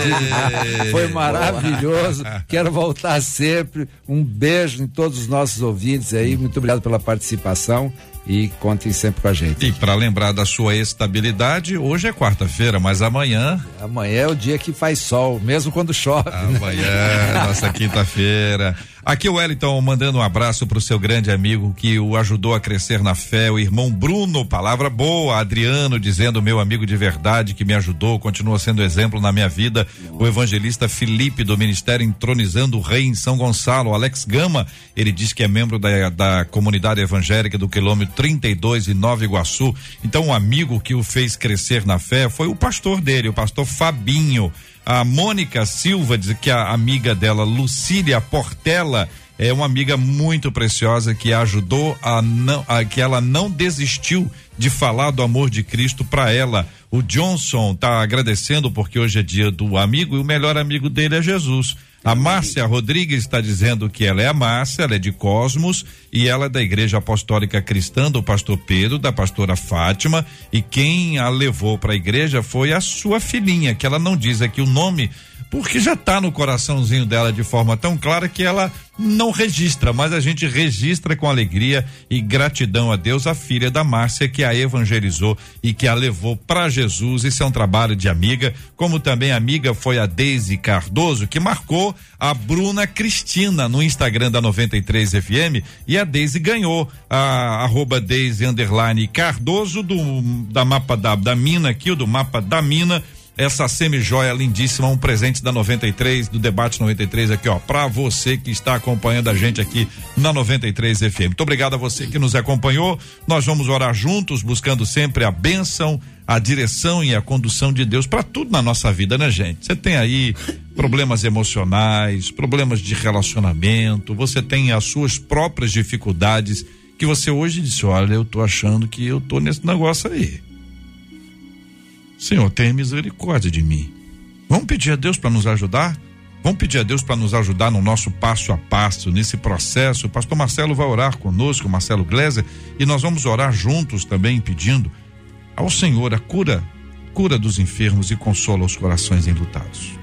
Foi maravilhoso. Quero voltar sempre. Um beijo em todos os nossos ouvintes aí. Muito obrigado pela participação. E contem sempre com a gente. E para lembrar da sua estabilidade, hoje é quarta-feira, mas amanhã. Amanhã é o dia que faz sol, mesmo quando chove. Amanhã, né? Nossa quinta-feira. Aqui o Wellington mandando um abraço pro seu grande amigo que o ajudou a crescer na fé, o irmão Bruno, palavra boa. Adriano dizendo, meu amigo de verdade que me ajudou, continua sendo exemplo na minha vida. O evangelista Felipe do Ministério Entronizando o Rei em São Gonçalo. Alex Gama, ele diz que é membro da, da comunidade evangélica do quilômetro trinta e dois em Nova Iguaçu. Então o amigo que o fez crescer na fé foi o pastor dele, o pastor Fabinho. A Mônica Silva diz que a amiga dela, Lucília Portela, é uma amiga muito preciosa que a ajudou a não, a, que ela não desistiu de falar do amor de Cristo para ela. O Johnson tá agradecendo porque hoje é dia do amigo e o melhor amigo dele é Jesus. A Márcia Rodrigues está dizendo que ela é a Márcia, ela é de Cosmos e ela é da Igreja Apostólica Cristã do pastor Pedro, da pastora Fátima, e quem a levou para a igreja foi a sua filhinha, que ela não diz aqui o nome, porque já está no coraçãozinho dela de forma tão clara que ela não registra, mas a gente registra com alegria e gratidão a Deus a filha da Márcia que a evangelizou e que a levou para Jesus. Isso é um trabalho de amiga, como também a amiga foi a Deise Cardoso, que marcou a Bruna Cristina no Instagram da noventa e três F M e a Deise ganhou a arroba Deise underline Cardoso do da mapa da, da mina aqui, o do mapa da mina. Essa semi-joia lindíssima, um presente da noventa e três, do Debate noventa e três aqui, ó, pra você que está acompanhando a gente aqui na noventa e três F M. Muito obrigado a você que nos acompanhou. Nós vamos orar juntos, buscando sempre a bênção, a direção e a condução de Deus para tudo na nossa vida, né, gente? Você tem aí problemas emocionais, problemas de relacionamento, você tem as suas próprias dificuldades que você hoje disse, olha, eu tô achando que eu tô nesse negócio aí. Senhor, tenha misericórdia de mim. Vamos pedir a Deus para nos ajudar? Vamos pedir a Deus para nos ajudar no nosso passo a passo, nesse processo. O pastor Marcelo vai orar conosco, o Marcelo Gleiser, e nós vamos orar juntos também, pedindo ao Senhor a cura, cura dos enfermos e consola os corações enlutados.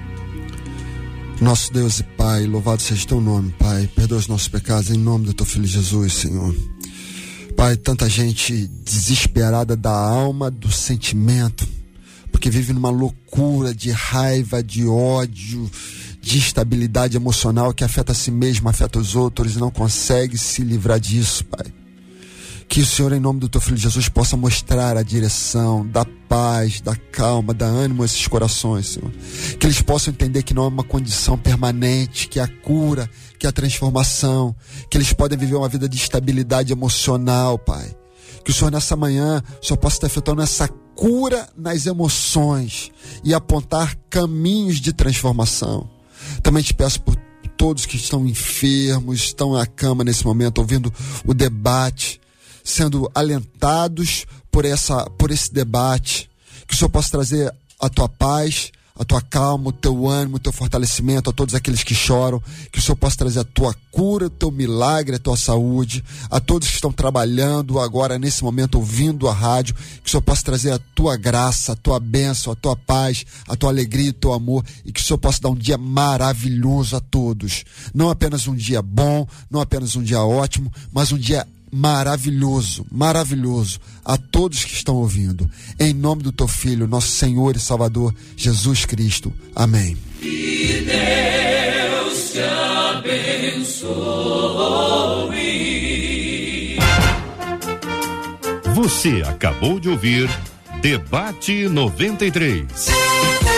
Nosso Deus e Pai, louvado seja teu nome, Pai. Perdoa os nossos pecados em nome do teu filho Jesus, Senhor. Pai, tanta gente desesperada da alma, do sentimento, porque vive numa loucura de raiva, de ódio, de instabilidade emocional que afeta a si mesmo, afeta os outros e não consegue se livrar disso, Pai. Que o Senhor, em nome do teu filho Jesus, possa mostrar a direção, da paz, da calma, da ânimo a esses corações, Senhor. Que eles possam entender que não é uma condição permanente, que é a cura, que é a transformação, que eles podem viver uma vida de estabilidade emocional, Pai. Que o Senhor nessa manhã, o Senhor possa estar efetuando essa cura nas emoções e apontar caminhos de transformação. Também te peço por todos que estão enfermos, estão na cama nesse momento, ouvindo o debate, sendo alentados por essa, por esse debate, que o Senhor possa trazer a tua paz, a tua calma, o teu ânimo, o teu fortalecimento a todos aqueles que choram, que o Senhor possa trazer a tua cura, o teu milagre, a tua saúde, a todos que estão trabalhando agora nesse momento, ouvindo a rádio, que o Senhor possa trazer a tua graça, a tua bênção, a tua paz, a tua alegria, o teu amor, e que o Senhor possa dar um dia maravilhoso a todos, não apenas um dia bom, não apenas um dia ótimo, mas um dia maravilhoso, maravilhoso a todos que estão ouvindo, em nome do teu Filho, nosso Senhor e Salvador, Jesus Cristo. Amém. Que Deus te abençoe. Você acabou de ouvir Debate noventa e três.